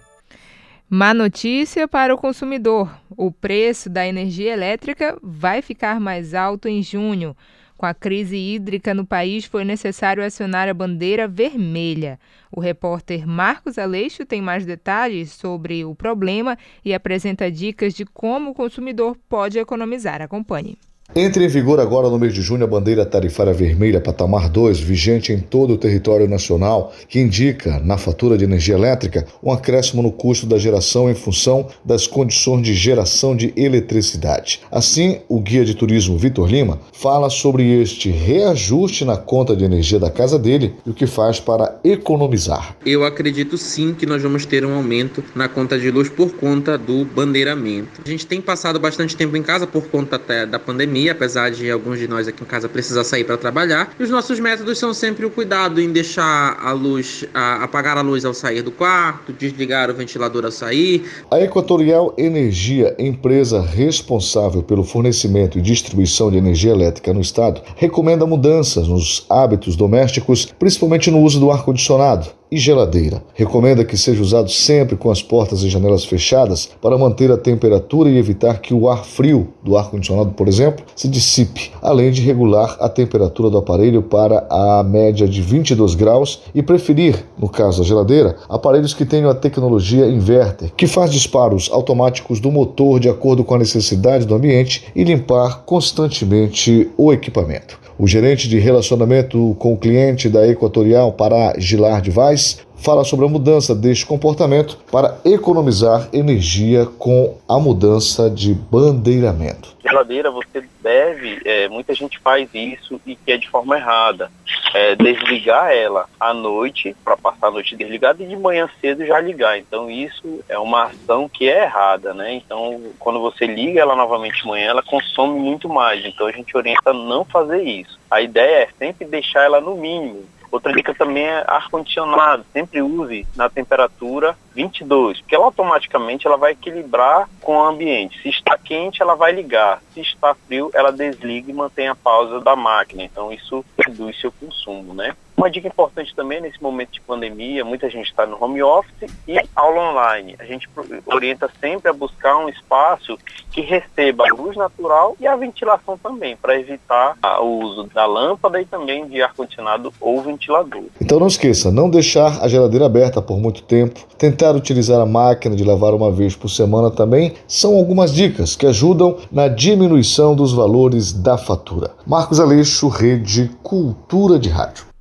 Má notícia para o consumidor. O preço da energia elétrica vai ficar mais alto em junho. Com a crise hídrica no país, foi necessário acionar a bandeira vermelha. O repórter Marcos Aleixo tem mais detalhes sobre o problema e apresenta dicas de como o consumidor pode economizar. Acompanhe. Entra em vigor agora no mês de junho a bandeira tarifária vermelha patamar dois, vigente em todo o território nacional, que indica, na fatura de energia elétrica, um acréscimo no custo da geração em função das condições de geração de eletricidade. Assim, o guia de turismo Vitor Lima fala sobre este reajuste na conta de energia da casa dele e o que faz para economizar. Eu acredito sim que nós vamos ter um aumento na conta de luz por conta do bandeiramento. A gente tem passado bastante tempo em casa por conta até da pandemia, apesar de alguns de nós aqui em casa precisar sair para trabalhar. E os nossos métodos são sempre o cuidado em deixar a luz, a, apagar a luz ao sair do quarto, desligar o ventilador ao sair. A Equatorial Energia, empresa responsável pelo fornecimento e distribuição de energia elétrica no estado, recomenda mudanças nos hábitos domésticos, principalmente no uso do ar-condicionado e geladeira. Recomenda que seja usado sempre com as portas e janelas fechadas para manter a temperatura e evitar que o ar frio do ar-condicionado, por exemplo, se dissipe, além de regular a temperatura do aparelho para a média de vinte e dois graus e preferir, no caso da geladeira, aparelhos que tenham a tecnologia inverter, que faz disparos automáticos do motor de acordo com a necessidade do ambiente e limpar constantemente o equipamento. O gerente de relacionamento com o cliente da Equatorial, Pará, Gilard Vaz, fala sobre a mudança deste comportamento para economizar energia com a mudança de bandeiramento. Geladeira, você deve, é, muita gente faz isso e que é de forma errada, é, desligar ela à noite, para passar a noite desligada, e de manhã cedo já ligar. Então isso é uma ação que é errada, né? Então quando você liga ela novamente de manhã, ela consome muito mais. Então a gente orienta a não fazer isso. A ideia é sempre deixar ela no mínimo. Outra dica também é ar-condicionado. Sempre use na temperatura vinte e dois, porque ela automaticamente ela vai equilibrar com o ambiente. Se está quente, ela vai ligar. Se está frio, ela desliga e mantém a pausa da máquina. Então isso reduz seu consumo, né? Uma dica importante também nesse momento de pandemia, muita gente está no home office e aula online. A gente orienta sempre a buscar um espaço que receba a luz natural e a ventilação também, para evitar o uso da lâmpada e também de ar-condicionado ou ventilador. Então não esqueça, não deixar a geladeira aberta por muito tempo, tentar utilizar a máquina de lavar uma vez por semana também, são algumas dicas que ajudam na diminuição dos valores da fatura. Marcos Aleixo, Rede Cultura de Rádio.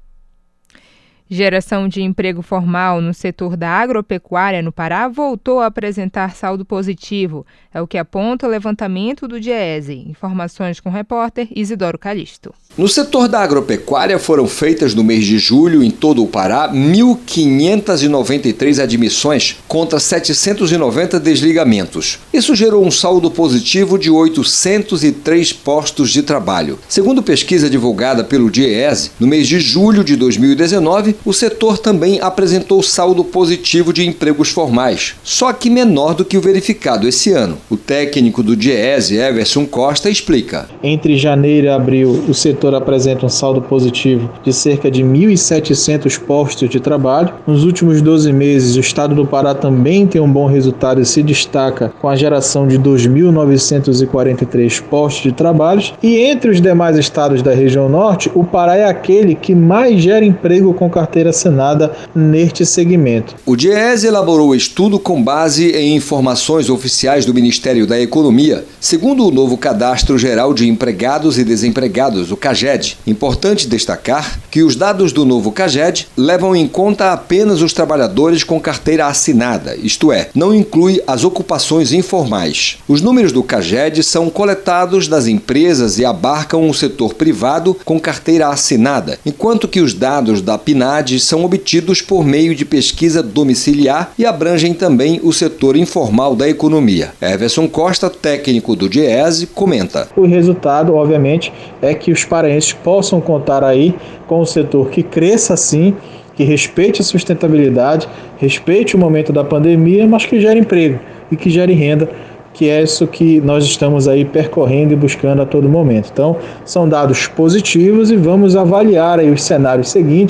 Geração de emprego formal no setor da agropecuária no Pará voltou a apresentar saldo positivo. É o que aponta o levantamento do DIEESE. Informações com o repórter Isidoro Calixto. No setor da agropecuária foram feitas no mês de julho, em todo o Pará, mil quinhentas e noventa e três admissões contra setecentos e noventa desligamentos. Isso gerou um saldo positivo de oitocentos e três postos de trabalho. Segundo pesquisa divulgada pelo DIEESE, no mês de julho de dois mil e dezenove, o setor também apresentou saldo positivo de empregos formais, só que menor do que o verificado esse ano. O técnico do DIEESE, Everson Costa, explica. Entre janeiro e abril, o setor apresenta um saldo positivo de cerca de mil e setecentos postos de trabalho. Nos últimos doze meses, o estado do Pará também tem um bom resultado e se destaca com a geração de dois mil novecentos e quarenta e três postos de trabalho. E entre os demais estados da região norte, o Pará é aquele que mais gera emprego com carteira assinada neste segmento. O DIEESE elaborou o estudo com base em informações oficiais do Ministério da Economia, segundo o novo Cadastro Geral de Empregados e Desempregados, o CAGED. Importante destacar que os dados do novo CAGED levam em conta apenas os trabalhadores com carteira assinada, isto é, não inclui as ocupações informais. Os números do CAGED são coletados das empresas e abarcam o setor privado com carteira assinada, enquanto que os dados da PNAD são obtidos por meio de pesquisa domiciliar e abrangem também o setor informal da economia. Everson Costa, técnico do DIEESE, comenta. O resultado, obviamente, é que os paraenses possam contar aí com um setor que cresça sim, que respeite a sustentabilidade, respeite o momento da pandemia, mas que gere emprego e que gere renda, que é isso que nós estamos aí percorrendo e buscando a todo momento. Então, são dados positivos e vamos avaliar aí os cenários seguintes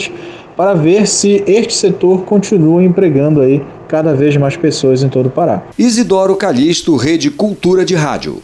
para ver se este setor continua empregando aí cada vez mais pessoas em todo o Pará. Isidoro Calixto, Rede Cultura de Rádio.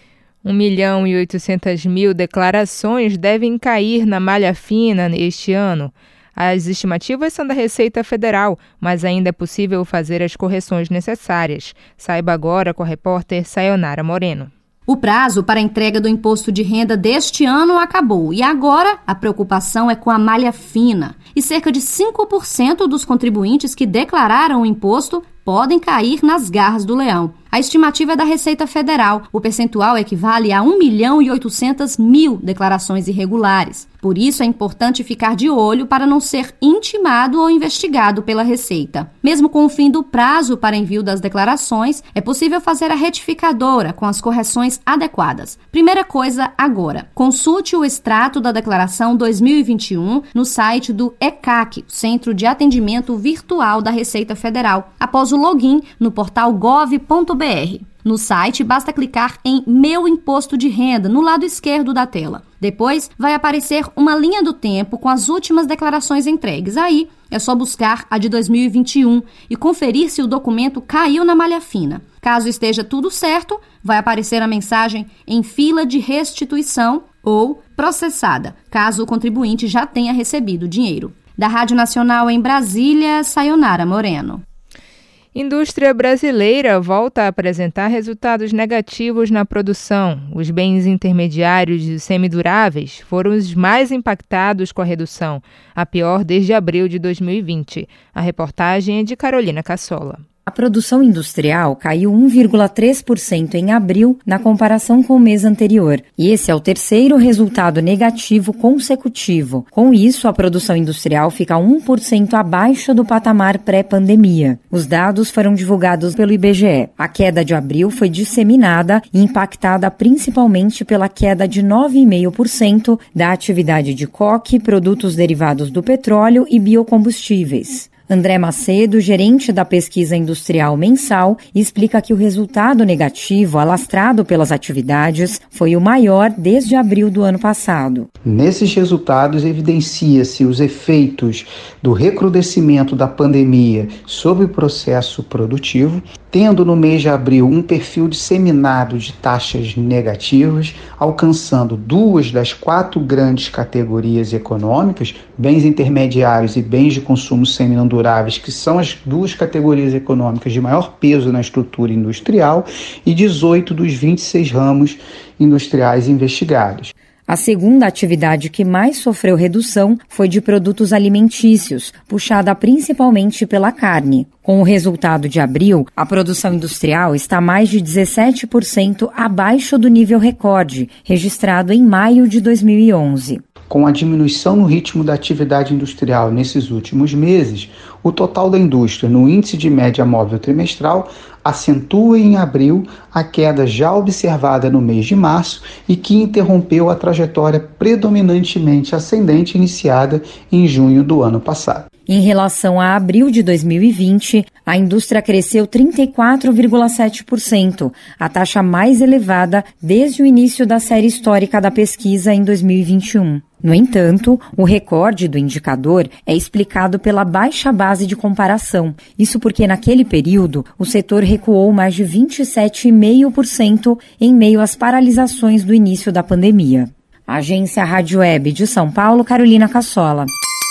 um milhão e oitocentas mil declarações devem cair na malha fina este ano. As estimativas são da Receita Federal, mas ainda é possível fazer as correções necessárias. Saiba agora com a repórter Sayonara Moreno. O prazo para a entrega do imposto de renda deste ano acabou e agora a preocupação é com a malha fina. E cerca de cinco por cento dos contribuintes que declararam o imposto podem cair nas garras do leão. A estimativa é da Receita Federal. O percentual equivale a um milhão e oitocentas mil declarações irregulares. Por isso é importante ficar de olho para não ser intimado ou investigado pela Receita. Mesmo com o fim do prazo para envio das declarações, é possível fazer a retificadora com as correções adequadas. Primeira coisa agora, consulte o extrato da declaração dois mil e vinte e um no site do E C A C, Centro de Atendimento Virtual da Receita Federal, após o login no portal gov ponto br. No site, basta clicar em Meu Imposto de Renda, no lado esquerdo da tela. Depois, vai aparecer uma linha do tempo com as últimas declarações entregues. Aí, é só buscar a de dois mil e vinte e um e conferir se o documento caiu na malha fina. Caso esteja tudo certo, vai aparecer a mensagem em fila de restituição ou processada, caso o contribuinte já tenha recebido o dinheiro. Da Rádio Nacional em Brasília, Sayonara Moreno. Indústria brasileira volta a apresentar resultados negativos na produção. Os bens intermediários e semiduráveis foram os mais impactados com a redução, a pior desde abril de dois mil e vinte. A reportagem é de Carolina Cassola. A produção industrial caiu um vírgula três por cento em abril na comparação com o mês anterior. E esse é o terceiro resultado negativo consecutivo. Com isso, a produção industrial fica um por cento abaixo do patamar pré-pandemia. Os dados foram divulgados pelo I B G E. A queda de abril foi disseminada e impactada principalmente pela queda de nove vírgula cinco por cento da atividade de coque, produtos derivados do petróleo e biocombustíveis. André Macedo, gerente da pesquisa industrial mensal, explica que o resultado negativo alastrado pelas atividades foi o maior desde abril do ano passado. Nesses resultados evidencia-se os efeitos do recrudescimento da pandemia sobre o processo produtivo, tendo no mês de abril um perfil disseminado de taxas negativas, alcançando duas das quatro grandes categorias econômicas, bens intermediários e bens de consumo semi-não-duráveis, que são as duas categorias econômicas de maior peso na estrutura industrial, e dezoito dos vinte e seis ramos industriais investigados. A segunda atividade que mais sofreu redução foi de produtos alimentícios, puxada principalmente pela carne. Com o resultado de abril, a produção industrial está mais de dezessete por cento abaixo do nível recorde, registrado em maio de dois mil e onze. Com a diminuição no ritmo da atividade industrial nesses últimos meses, o total da indústria no índice de média móvel trimestral acentua em abril a queda já observada no mês de março e que interrompeu a trajetória predominantemente ascendente iniciada em junho do ano passado. Em relação a abril de dois mil e vinte, a indústria cresceu trinta e quatro vírgula sete por cento, a taxa mais elevada desde o início da série histórica da pesquisa em dois mil e vinte e um. No entanto, o recorde do indicador é explicado pela baixa base de comparação. Isso porque, naquele período, o setor recuou mais de vinte e sete vírgula cinco por cento em meio às paralisações do início da pandemia. Agência Rádio Web de São Paulo, Carolina Cassola.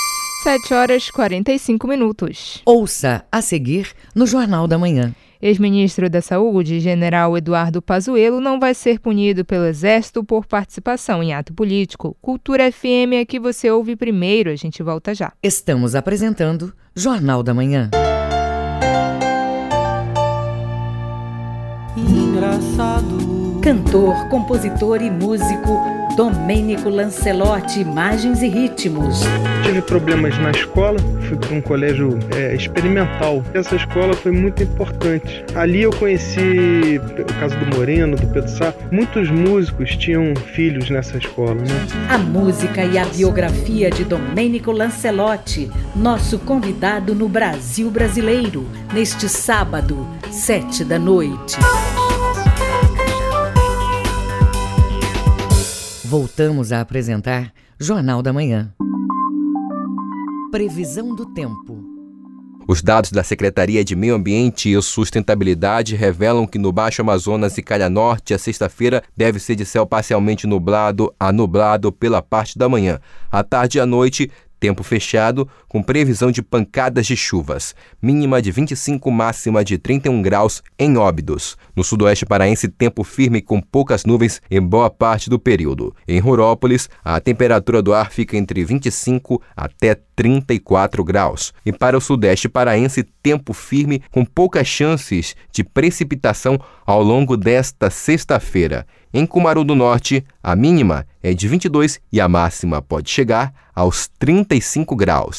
sete horas e quarenta e cinco minutos. Ouça a seguir no Jornal da Manhã. Ex-ministro da Saúde, general Eduardo Pazuello, não vai ser punido pelo Exército por participação em ato político. Cultura F M é que você ouve primeiro, a gente volta já. Estamos apresentando Jornal da Manhã. Engraçado. Cantor, compositor e músico Domênico Lancelotti, imagens e ritmos. Tive problemas na escola, fui para um colégio é, experimental. Essa escola foi muito importante. Ali eu conheci o caso do Moreno, do Pedro Sá. Muitos músicos tinham filhos nessa escola, né? A música e a biografia de Domênico Lancelotti, nosso convidado no Brasil Brasileiro, neste sábado, sete da noite. Voltamos a apresentar Jornal da Manhã. Previsão do tempo. Os dados da Secretaria de Meio Ambiente e Sustentabilidade revelam que no Baixo Amazonas e Calha Norte, a sexta-feira deve ser de céu parcialmente nublado a nublado pela parte da manhã. À tarde e à noite, tempo fechado, com previsão de pancadas de chuvas. Mínima de vinte e cinco, máxima de trinta e um graus em Óbidos. No sudoeste paraense, tempo firme com poucas nuvens em boa parte do período. Em Rurópolis, a temperatura do ar fica entre vinte e cinco até trinta e quatro graus. E para o sudeste paraense, tempo firme com poucas chances de precipitação ao longo desta sexta-feira. Em Cumaru do Norte, a mínima é de vinte e dois e a máxima pode chegar aos trinta e cinco graus.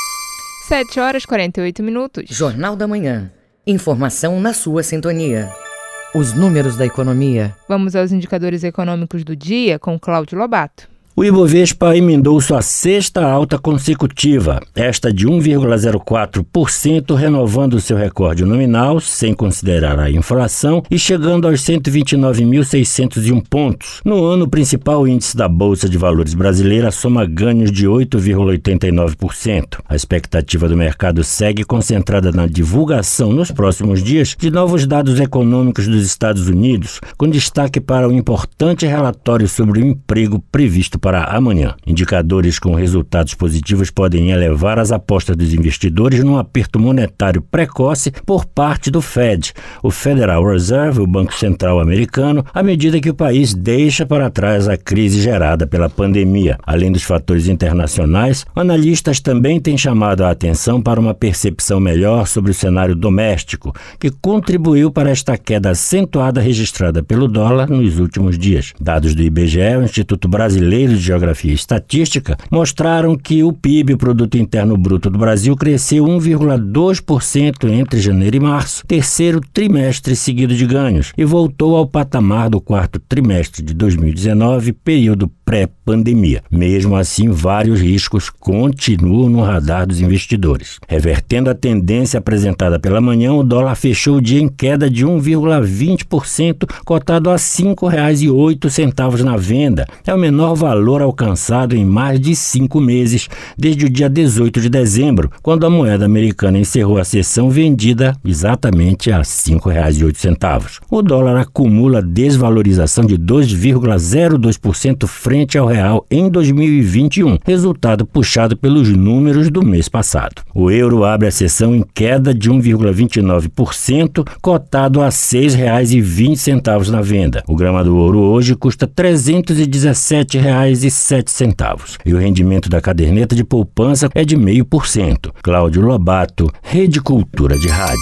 sete horas e quarenta e oito minutos. Jornal da Manhã. Informação na sua sintonia. Os números da economia. Vamos aos indicadores econômicos do dia com Cláudio Lobato. O Ibovespa emendou sua sexta alta consecutiva, esta de um vírgula zero quatro por cento, renovando seu recorde nominal, sem considerar a inflação, e chegando aos cento e vinte e nove mil seiscentos e um pontos. No ano, o principal índice da Bolsa de Valores brasileira soma ganhos de oito vírgula oitenta e nove por cento. A expectativa do mercado segue concentrada na divulgação nos próximos dias de novos dados econômicos dos Estados Unidos, com destaque para o importante relatório sobre o emprego previsto para para amanhã. Indicadores com resultados positivos podem elevar as apostas dos investidores num aperto monetário precoce por parte do Fed, o Federal Reserve, o Banco Central americano, à medida que o país deixa para trás a crise gerada pela pandemia. Além dos fatores internacionais, analistas também têm chamado a atenção para uma percepção melhor sobre o cenário doméstico, que contribuiu para esta queda acentuada registrada pelo dólar nos últimos dias. Dados do I B G E, o Instituto Brasileiro de Geografia e Estatística, mostraram que o P I B, o Produto Interno Bruto do Brasil, cresceu um vírgula dois por cento entre janeiro e março, terceiro trimestre seguido de ganhos, e voltou ao patamar do quarto trimestre de dois mil e dezenove, período pré-pandemia. Mesmo assim, vários riscos continuam no radar dos investidores. Revertendo a tendência apresentada pela manhã, o dólar fechou o dia em queda de um vírgula vinte por cento, cotado a cinco reais e oito centavos na venda. É o menor valor alcançado em mais de cinco meses, desde o dia dezoito de dezembro, quando a moeda americana encerrou a sessão vendida exatamente a cinco reais e oito centavos. O dólar acumula desvalorização de dois vírgula zero dois por cento frente ao real em dois mil e vinte e um, resultado puxado pelos números do mês passado. O euro abre a sessão em queda de um vírgula vinte e nove por cento, cotado a seis reais e vinte centavos na venda. O grama do ouro hoje custa trezentos e dezessete reais e sete centavos. E o rendimento da caderneta de poupança é de zero vírgula cinco por cento. Cláudio Lobato, Rede Cultura de Rádio.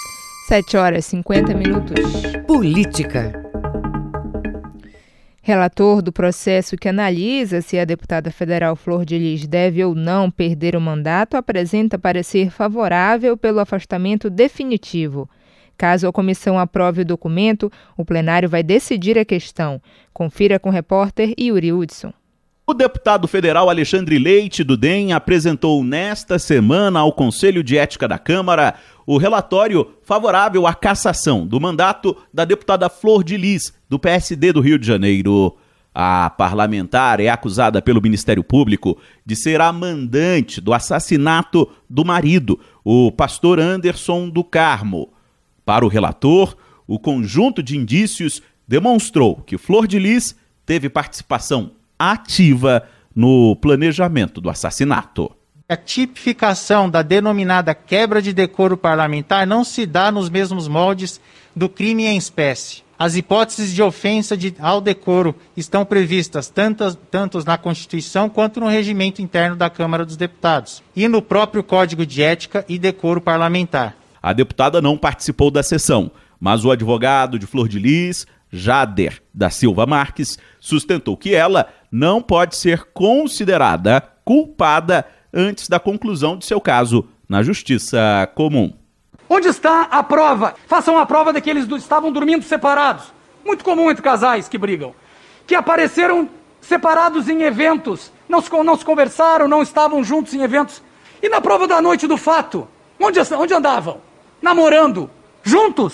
sete horas e cinquenta minutos. Política. Relator do processo que analisa se a deputada federal Flor de Lis deve ou não perder o mandato apresenta parecer favorável pelo afastamento definitivo. Caso a comissão aprove o documento, o plenário vai decidir a questão. Confira com o repórter Yuri Hudson. O deputado federal Alexandre Leite, do D E M, apresentou nesta semana ao Conselho de Ética da Câmara o relatório favorável à cassação do mandato da deputada Flor de Lis, do P S D do Rio de Janeiro. A parlamentar é acusada pelo Ministério Público de ser a mandante do assassinato do marido, o pastor Anderson do Carmo. Para o relator, o conjunto de indícios demonstrou que Flor de Lis teve participação ativa no planejamento do assassinato. A tipificação da denominada quebra de decoro parlamentar não se dá nos mesmos moldes do crime em espécie. As hipóteses de ofensa de, ao decoro estão previstas tanto, tanto na Constituição quanto no regimento interno da Câmara dos Deputados e no próprio Código de Ética e Decoro Parlamentar. A deputada não participou da sessão, mas o advogado de Flor de Lis, Jader da Silva Marques, sustentou que ela não pode ser considerada culpada antes da conclusão de seu caso na Justiça Comum. Onde está a prova? Façam a prova de que eles estavam dormindo separados. Muito comum entre casais que brigam. Que apareceram separados em eventos. Não se, não se conversaram, não estavam juntos em eventos. E na prova da noite do fato? Onde, onde andavam? Namorando. Juntos.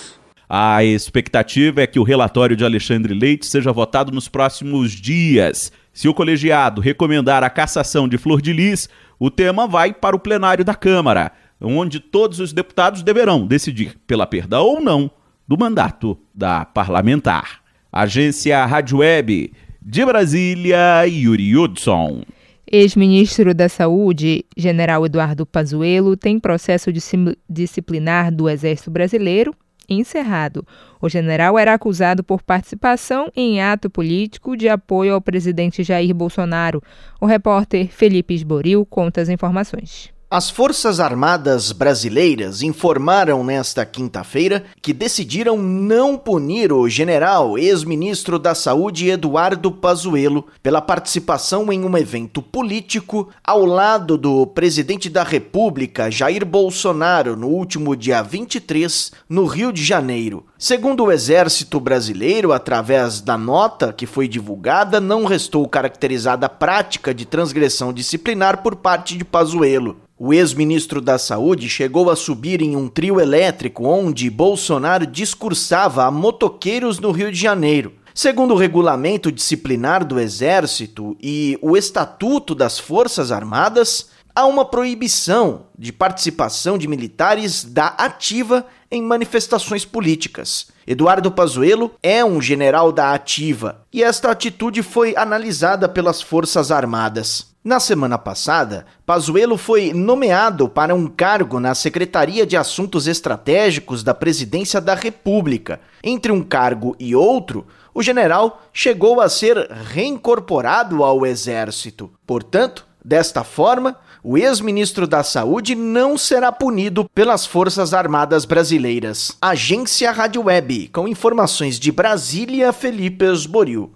A expectativa é que o relatório de Alexandre Leite seja votado nos próximos dias. Se o colegiado recomendar a cassação de Flor de Lis, o tema vai para o plenário da Câmara, onde todos os deputados deverão decidir pela perda ou não do mandato da parlamentar. Agência Rádio Web, de Brasília, Yuri Hudson. Ex-ministro da Saúde, general Eduardo Pazuello, tem processo disciplinar do Exército Brasileiro encerrado. O general era acusado por participação em ato político de apoio ao presidente Jair Bolsonaro. O repórter Felipe Esboril conta as informações. As Forças Armadas Brasileiras informaram nesta quinta-feira que decidiram não punir o general ex-ministro da Saúde Eduardo Pazuello pela participação em um evento político ao lado do presidente da República, Jair Bolsonaro, no último dia vinte e três, no Rio de Janeiro. Segundo o Exército Brasileiro, através da nota que foi divulgada, não restou caracterizada a prática de transgressão disciplinar por parte de Pazuello. O ex-ministro da Saúde chegou a subir em um trio elétrico onde Bolsonaro discursava a motoqueiros no Rio de Janeiro. Segundo o regulamento disciplinar do Exército e o Estatuto das Forças Armadas, há uma proibição de participação de militares da ativa em manifestações políticas. Eduardo Pazuello é um general da ativa e esta atitude foi analisada pelas Forças Armadas. Na semana passada, Pazuello foi nomeado para um cargo na Secretaria de Assuntos Estratégicos da Presidência da República. Entre um cargo e outro, o general chegou a ser reincorporado ao Exército. Portanto, desta forma, o ex-ministro da Saúde não será punido pelas Forças Armadas Brasileiras. Agência Rádio Web, com informações de Brasília, Felipe Esboril.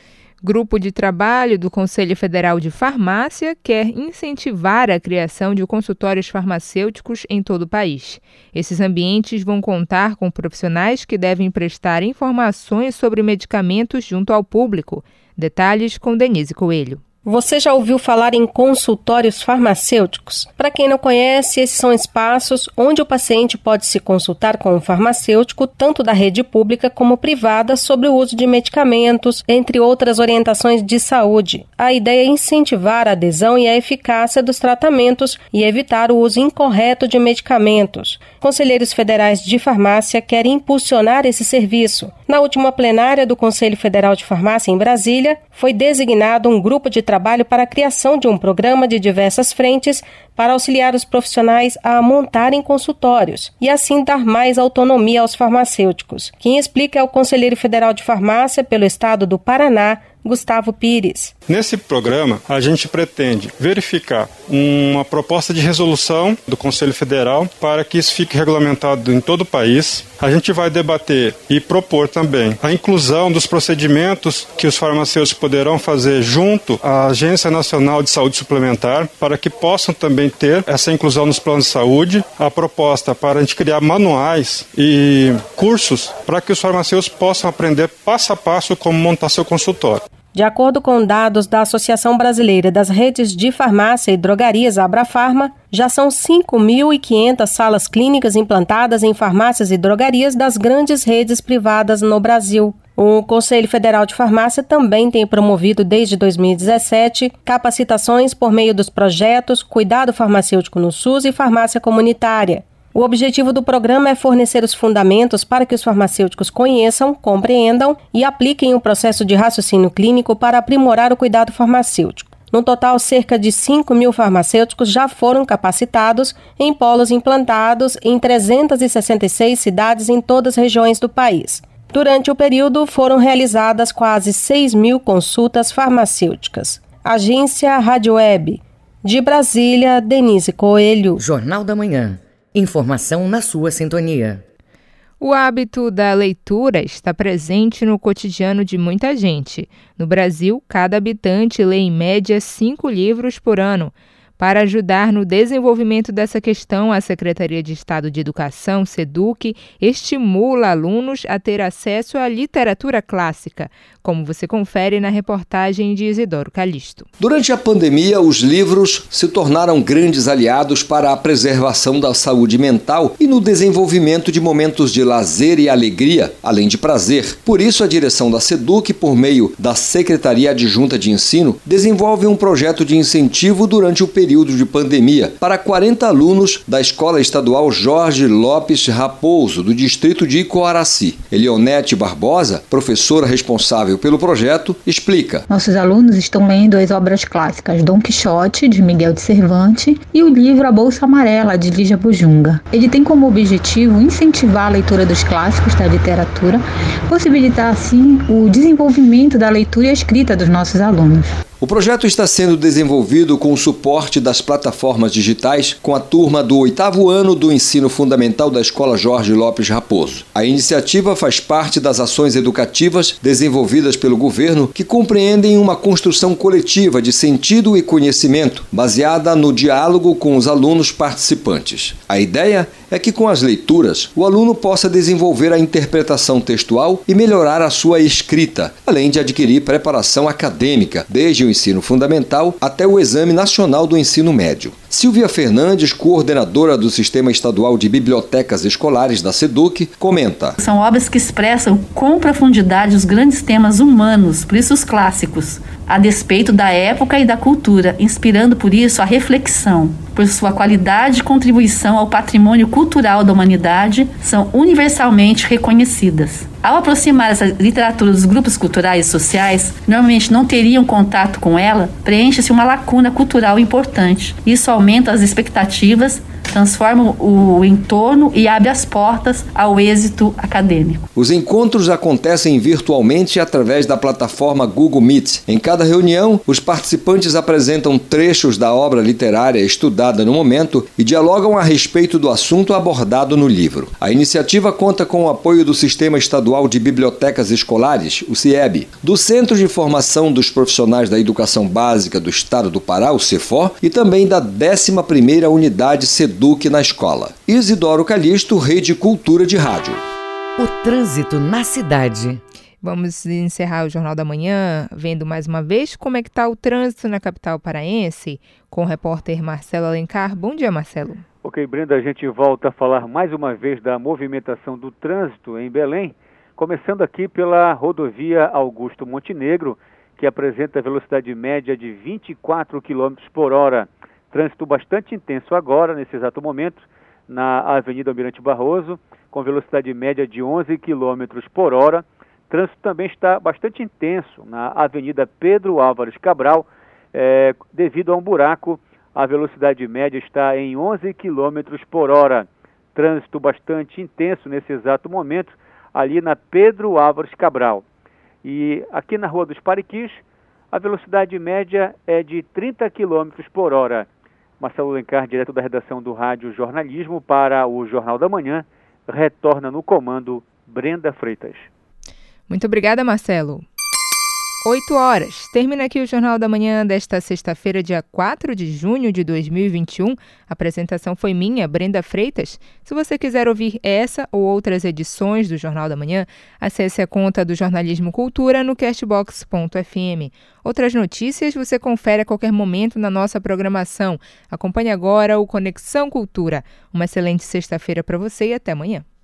Grupo de trabalho do Conselho Federal de Farmácia quer incentivar a criação de consultórios farmacêuticos em todo o país. Esses ambientes vão contar com profissionais que devem prestar informações sobre medicamentos junto ao público. Detalhes com Denise Coelho. Você já ouviu falar em consultórios farmacêuticos? Para quem não conhece, esses são espaços onde o paciente pode se consultar com um farmacêutico, tanto da rede pública como privada, sobre o uso de medicamentos, entre outras orientações de saúde. A ideia é incentivar a adesão e a eficácia dos tratamentos e evitar o uso incorreto de medicamentos. Conselheiros federais de farmácia querem impulsionar esse serviço. Na última plenária do Conselho Federal de Farmácia em Brasília, foi designado um grupo de trabalho para a criação de um programa de diversas frentes para auxiliar os profissionais a montarem consultórios e assim dar mais autonomia aos farmacêuticos. Quem explica é o conselheiro federal de farmácia pelo estado do Paraná, Gustavo Pires. Nesse programa, a gente pretende verificar uma proposta de resolução do Conselho Federal para que isso fique regulamentado em todo o país. A gente vai debater e propor também a inclusão dos procedimentos que os farmacêuticos poderão fazer junto à Agência Nacional de Saúde Suplementar para que possam também ter essa inclusão nos planos de saúde. A proposta para a gente criar manuais e cursos para que os farmacêuticos possam aprender passo a passo como montar seu consultório. De acordo com dados da Associação Brasileira das Redes de Farmácia e Drogarias, Abrafarma, já são cinco mil e quinhentas salas clínicas implantadas em farmácias e drogarias das grandes redes privadas no Brasil. O Conselho Federal de Farmácia também tem promovido desde dois mil e dezessete capacitações por meio dos projetos Cuidado Farmacêutico no SUS e Farmácia Comunitária. O objetivo do programa é fornecer os fundamentos para que os farmacêuticos conheçam, compreendam e apliquem o processo de raciocínio clínico para aprimorar o cuidado farmacêutico. No total, cerca de cinco mil farmacêuticos já foram capacitados em polos implantados em trezentas e sessenta e seis cidades em todas as regiões do país. Durante o período, foram realizadas quase seis mil consultas farmacêuticas. Agência Rádio Web. De Brasília, Denise Coelho. Jornal da Manhã. Informação na sua sintonia. O hábito da leitura está presente no cotidiano de muita gente. No Brasil, cada habitante lê em média cinco livros por ano. Para ajudar no desenvolvimento dessa questão, a Secretaria de Estado de Educação, SEDUC, estimula alunos a ter acesso à literatura clássica, como você confere na reportagem de Isidoro Calixto. Durante a pandemia, os livros se tornaram grandes aliados para a preservação da saúde mental e no desenvolvimento de momentos de lazer e alegria, além de prazer. Por isso, a direção da SEDUC, por meio da Secretaria Adjunta de Ensino, desenvolve um projeto de incentivo durante o período de pandemia para quarenta alunos da Escola Estadual Jorge Lopes Raposo, do distrito de Icoaraci. Elionete Barbosa, professora responsável pelo projeto, explica. Nossos alunos estão lendo as obras clássicas Dom Quixote, de Miguel de Cervantes, e o livro A Bolsa Amarela, de Lígia Bujunga. Ele tem como objetivo incentivar a leitura dos clássicos da literatura, possibilitar assim o desenvolvimento da leitura e a escrita dos nossos alunos. O projeto está sendo desenvolvido com o suporte das plataformas digitais com a turma do oitavo ano do ensino fundamental da Escola Jorge Lopes Raposo. A iniciativa faz parte das ações educativas desenvolvidas pelo governo que compreendem uma construção coletiva de sentido e conhecimento baseada no diálogo com os alunos participantes. A ideia é que com as leituras o aluno possa desenvolver a interpretação textual e melhorar a sua escrita, além de adquirir preparação acadêmica, desde o ensino fundamental até o Exame Nacional do Ensino Médio. Silvia Fernandes, coordenadora do Sistema Estadual de Bibliotecas Escolares da SEDUC, comenta. São obras que expressam com profundidade os grandes temas humanos, por isso os clássicos, a despeito da época e da cultura, inspirando por isso a reflexão. Por sua qualidade e contribuição ao patrimônio cultural da humanidade, são universalmente reconhecidas. Ao aproximar essa literatura dos grupos culturais e sociais, normalmente não teriam contato com ela, preenche-se uma lacuna cultural importante. Isso aumenta as expectativas, transforma o entorno e abre as portas ao êxito acadêmico. Os encontros acontecem virtualmente através da plataforma Google Meet. Em cada reunião, os participantes apresentam trechos da obra literária estudada no momento e dialogam a respeito do assunto abordado no livro. A iniciativa conta com o apoio do Sistema Estadual de Bibliotecas Escolares, o CIEB, do Centro de Formação dos Profissionais da Educação Básica do Estado do Pará, o CEFOR, e também da décima primeira Unidade SEDUC na escola. Isidoro Calixto, Rede Cultura de Rádio. O trânsito na cidade. Vamos encerrar o Jornal da Manhã vendo mais uma vez como é que está o trânsito na capital paraense com o repórter Marcelo Alencar. Bom dia, Marcelo. Ok, Brenda, a gente volta a falar mais uma vez da movimentação do trânsito em Belém, começando aqui pela rodovia Augusto Montenegro, que apresenta velocidade média de vinte e quatro quilômetros por hora. Trânsito bastante intenso agora, nesse exato momento, na Avenida Almirante Barroso, com velocidade média de onze quilômetros por hora. Trânsito também está bastante intenso na Avenida Pedro Álvares Cabral, é, devido a um buraco. A velocidade média está em onze quilômetros por hora. Trânsito bastante intenso nesse exato momento, ali na Pedro Álvares Cabral. E aqui na Rua dos Pariquis, a velocidade média é de trinta quilômetros por hora. Marcelo Alencar, direto da redação do Rádio Jornalismo para o Jornal da Manhã, retorna no comando Brenda Freitas. Muito obrigada, Marcelo. oito horas. Termina aqui o Jornal da Manhã desta sexta-feira, dia quatro de junho de dois mil e vinte e um. A apresentação foi minha, Brenda Freitas. Se você quiser ouvir essa ou outras edições do Jornal da Manhã, acesse a conta do Jornalismo Cultura no castbox ponto f m. Outras notícias você confere a qualquer momento na nossa programação. Acompanhe agora o Conexão Cultura. Uma excelente sexta-feira para você e até amanhã.